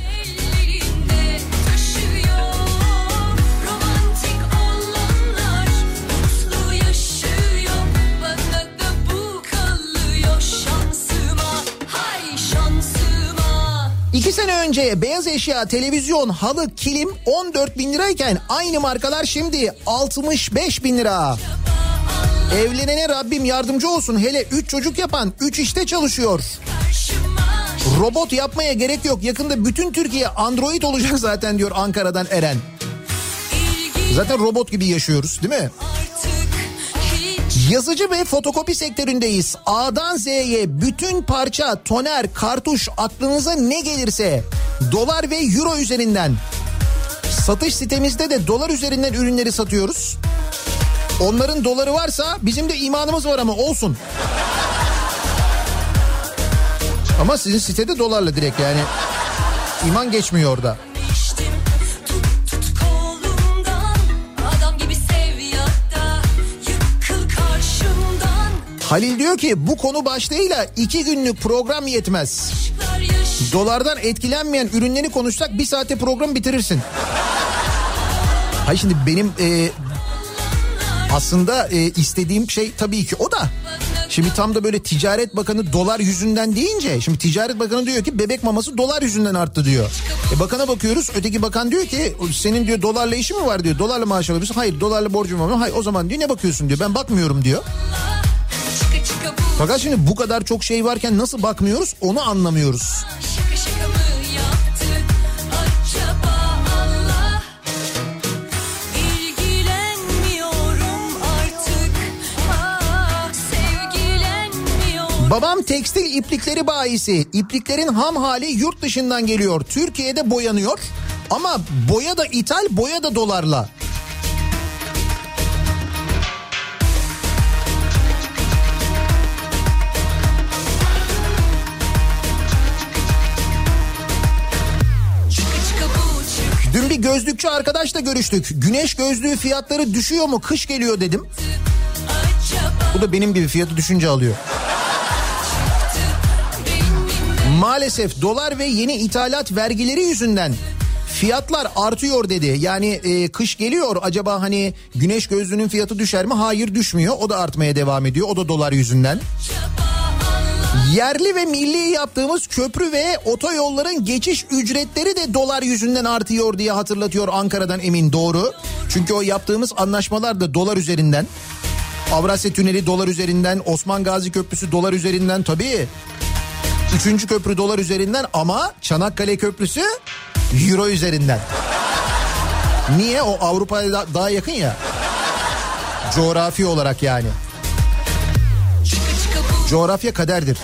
önce beyaz eşya, televizyon, halı, kilim 14 bin lirayken aynı markalar şimdi 65 bin lira. Evlenene Rabbim yardımcı olsun. Hele 3 çocuk yapan 3 işte çalışıyor. Robot yapmaya gerek yok. Yakında bütün Türkiye Android olacak zaten diyor Ankara'dan Eren. Zaten robot gibi yaşıyoruz değil mi? Yazıcı ve fotokopi sektöründeyiz. A'dan Z'ye bütün parça, toner, kartuş aklınıza ne gelirse dolar ve euro üzerinden. Satış sitemizde de dolar üzerinden ürünleri satıyoruz. Onların doları varsa bizim de imanımız var ama olsun. Ama sizin sitede dolarla direkt yani iman geçmiyor orada. Halil diyor ki bu konu başlığıyla 2 günlük program yetmez. Dolardan etkilenmeyen ürünleri konuşsak 1 saate program bitirirsin. Hayır şimdi benim aslında istediğim şey tabii ki o da. Şimdi tam da böyle Ticaret Bakanı dolar yüzünden deyince şimdi Ticaret Bakanı diyor ki bebek maması dolar yüzünden arttı diyor. Bakana bakıyoruz, öteki bakan diyor ki senin diyor dolarla işi mi var diyor, dolarla maaş alıyorsun. Hayır, dolarla borcum var. Hayır, o zaman diyor ne bakıyorsun diyor, ben bakmıyorum diyor. Fakat şimdi bu kadar çok şey varken nasıl bakmıyoruz onu anlamıyoruz. Babam tekstil iplikleri bayisi. İpliklerin ham hali yurt dışından geliyor. Türkiye'de boyanıyor. Ama boya da ithal, boya da dolarla. Dün bir gözlükçü arkadaşla görüştük. Güneş gözlüğü fiyatları düşüyor mu? Kış geliyor dedim. Bu da benim gibi fiyatı düşünce alıyor. Maalesef dolar ve yeni ithalat vergileri yüzünden fiyatlar artıyor dedi. Yani kış geliyor, acaba hani güneş gözlüğünün fiyatı düşer mi? Hayır, düşmüyor. O da artmaya devam ediyor. O da dolar yüzünden. Yerli ve milli yaptığımız köprü ve otoyolların geçiş ücretleri de dolar yüzünden artıyor diye hatırlatıyor Ankara'dan Emin. Doğru. Çünkü o yaptığımız anlaşmalar da dolar üzerinden. Avrasya Tüneli dolar üzerinden, Osman Gazi Köprüsü dolar üzerinden tabii. 3. köprü dolar üzerinden ama Çanakkale Köprüsü euro üzerinden. Niye? O Avrupa'ya daha yakın ya. Coğrafi olarak yani. Coğrafya kaderdir.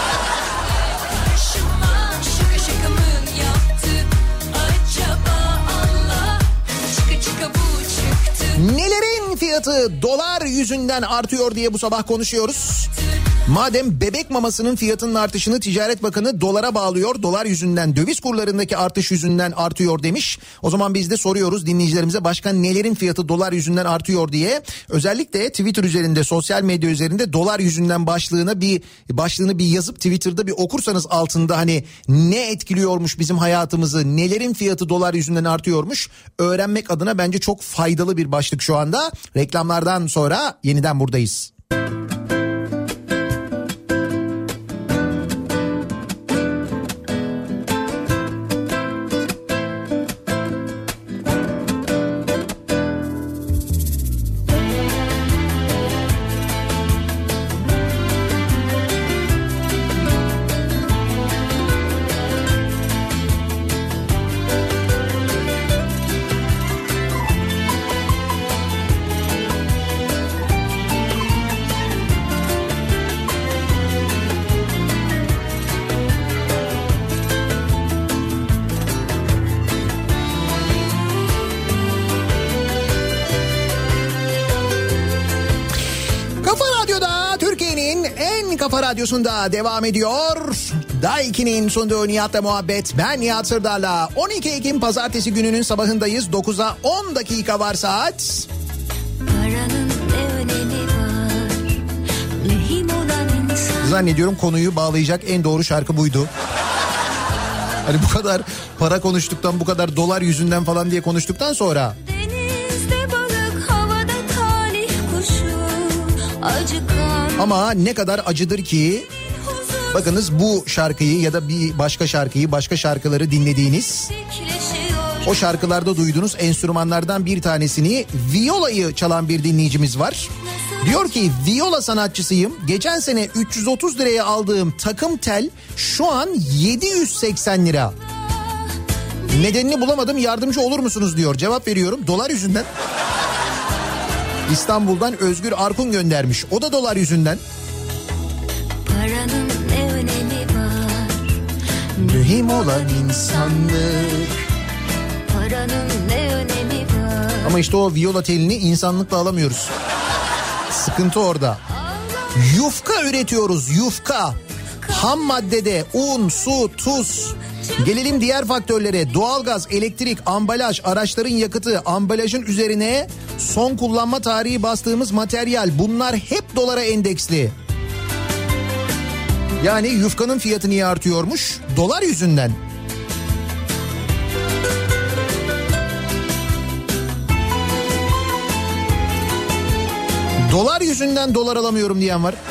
Nelerin fiyatı dolar yüzünden artıyor diye bu sabah konuşuyoruz. Madem bebek mamasının fiyatının artışını Ticaret Bakanı dolara bağlıyor, dolar yüzünden, döviz kurlarındaki artış yüzünden artıyor demiş. O zaman biz de soruyoruz dinleyicilerimize, başka nelerin fiyatı dolar yüzünden artıyor diye. Özellikle Twitter üzerinde, sosyal medya üzerinde dolar yüzünden başlığını bir yazıp Twitter'da bir okursanız altında hani ne etkiliyormuş bizim hayatımızı, nelerin fiyatı dolar yüzünden artıyormuş öğrenmek adına bence çok faydalı bir başlık şu anda. Reklamlardan sonra yeniden buradayız. Kafa Radyosu'nda devam ediyor. Daiki'nin sunduğu Nihat'la muhabbet. Ben Nihat Sırdar'la. 12 Ekim Pazartesi gününün sabahındayız. 9'a 10 dakika var saat. Zannediyorum konuyu bağlayacak en doğru şarkı buydu. Hani bu kadar para konuştuktan, bu kadar dolar yüzünden falan diye konuştuktan sonra. Denizde balık, havada talih kuşu, acıkan. Ama ne kadar acıdır ki Bakınız bu şarkıyı ya da bir başka şarkıyı, başka şarkıları dinlediğiniz, o şarkılarda duyduğunuz enstrümanlardan bir tanesini, violayı çalan bir dinleyicimiz var. Diyor ki viola sanatçısıyım. Geçen sene 330 liraya aldığım takım tel şu an 780 lira. Nedenini bulamadım, yardımcı olur musunuz diyor. Cevap veriyorum, dolar yüzünden. İstanbul'dan Özgür Arkun göndermiş. O da dolar yüzünden.
Paranın ne önemi var?
Mühim olan insanlık.
Paranın ne önemi var?
Ama işte o viola telini insanlıkla alamıyoruz. Sıkıntı orada. Yufka üretiyoruz, yufka. Ham maddede un, su, tuz. Gelelim diğer faktörlere. Doğalgaz, elektrik, ambalaj, araçların yakıtı, ambalajın üzerine son kullanma tarihi bastığımız materyal. Bunlar hep dolara endeksli. Yani yufkanın fiyatı niye artıyormuş? Dolar yüzünden. Dolar yüzünden dolar alamıyorum diyen var.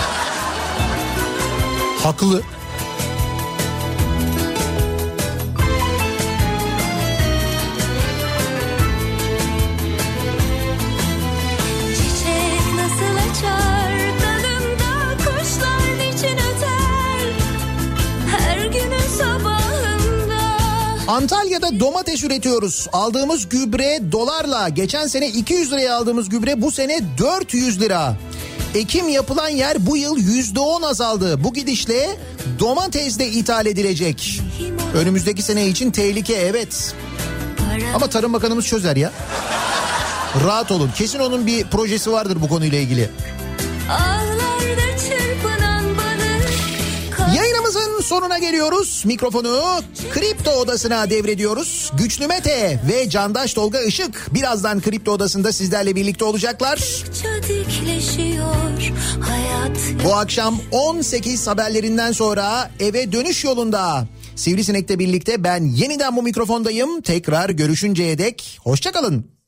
Haklı.
Çiçek nasıl açar dalında, kuşlar niçin öter her günün sabahında.
Antalya'da domates üretiyoruz. Aldığımız gübre dolarla. Geçen sene 200 liraya aldığımız gübre bu sene 400 lira. Ekim yapılan yer bu yıl %10 azaldı. Bu gidişle domates de ithal edilecek. Önümüzdeki sene için tehlike, evet. Ama Tarım Bakanımız çözer ya. Rahat olun. Kesin onun bir projesi vardır bu konuyla ilgili.
Ağlarda çırpınan balık.
Yayınımızın sonuna geliyoruz. Mikrofonu Kripto Odası'na devrediyoruz. Güçlü Mete ve Candaş Tolga Işık birazdan Kripto Odası'nda sizlerle birlikte olacaklar. Bu akşam 18 haberlerinden sonra eve dönüş yolunda Sivrisinek'le birlikte ben yeniden bu mikrofondayım. Tekrar görüşünceye dek hoşça kalın.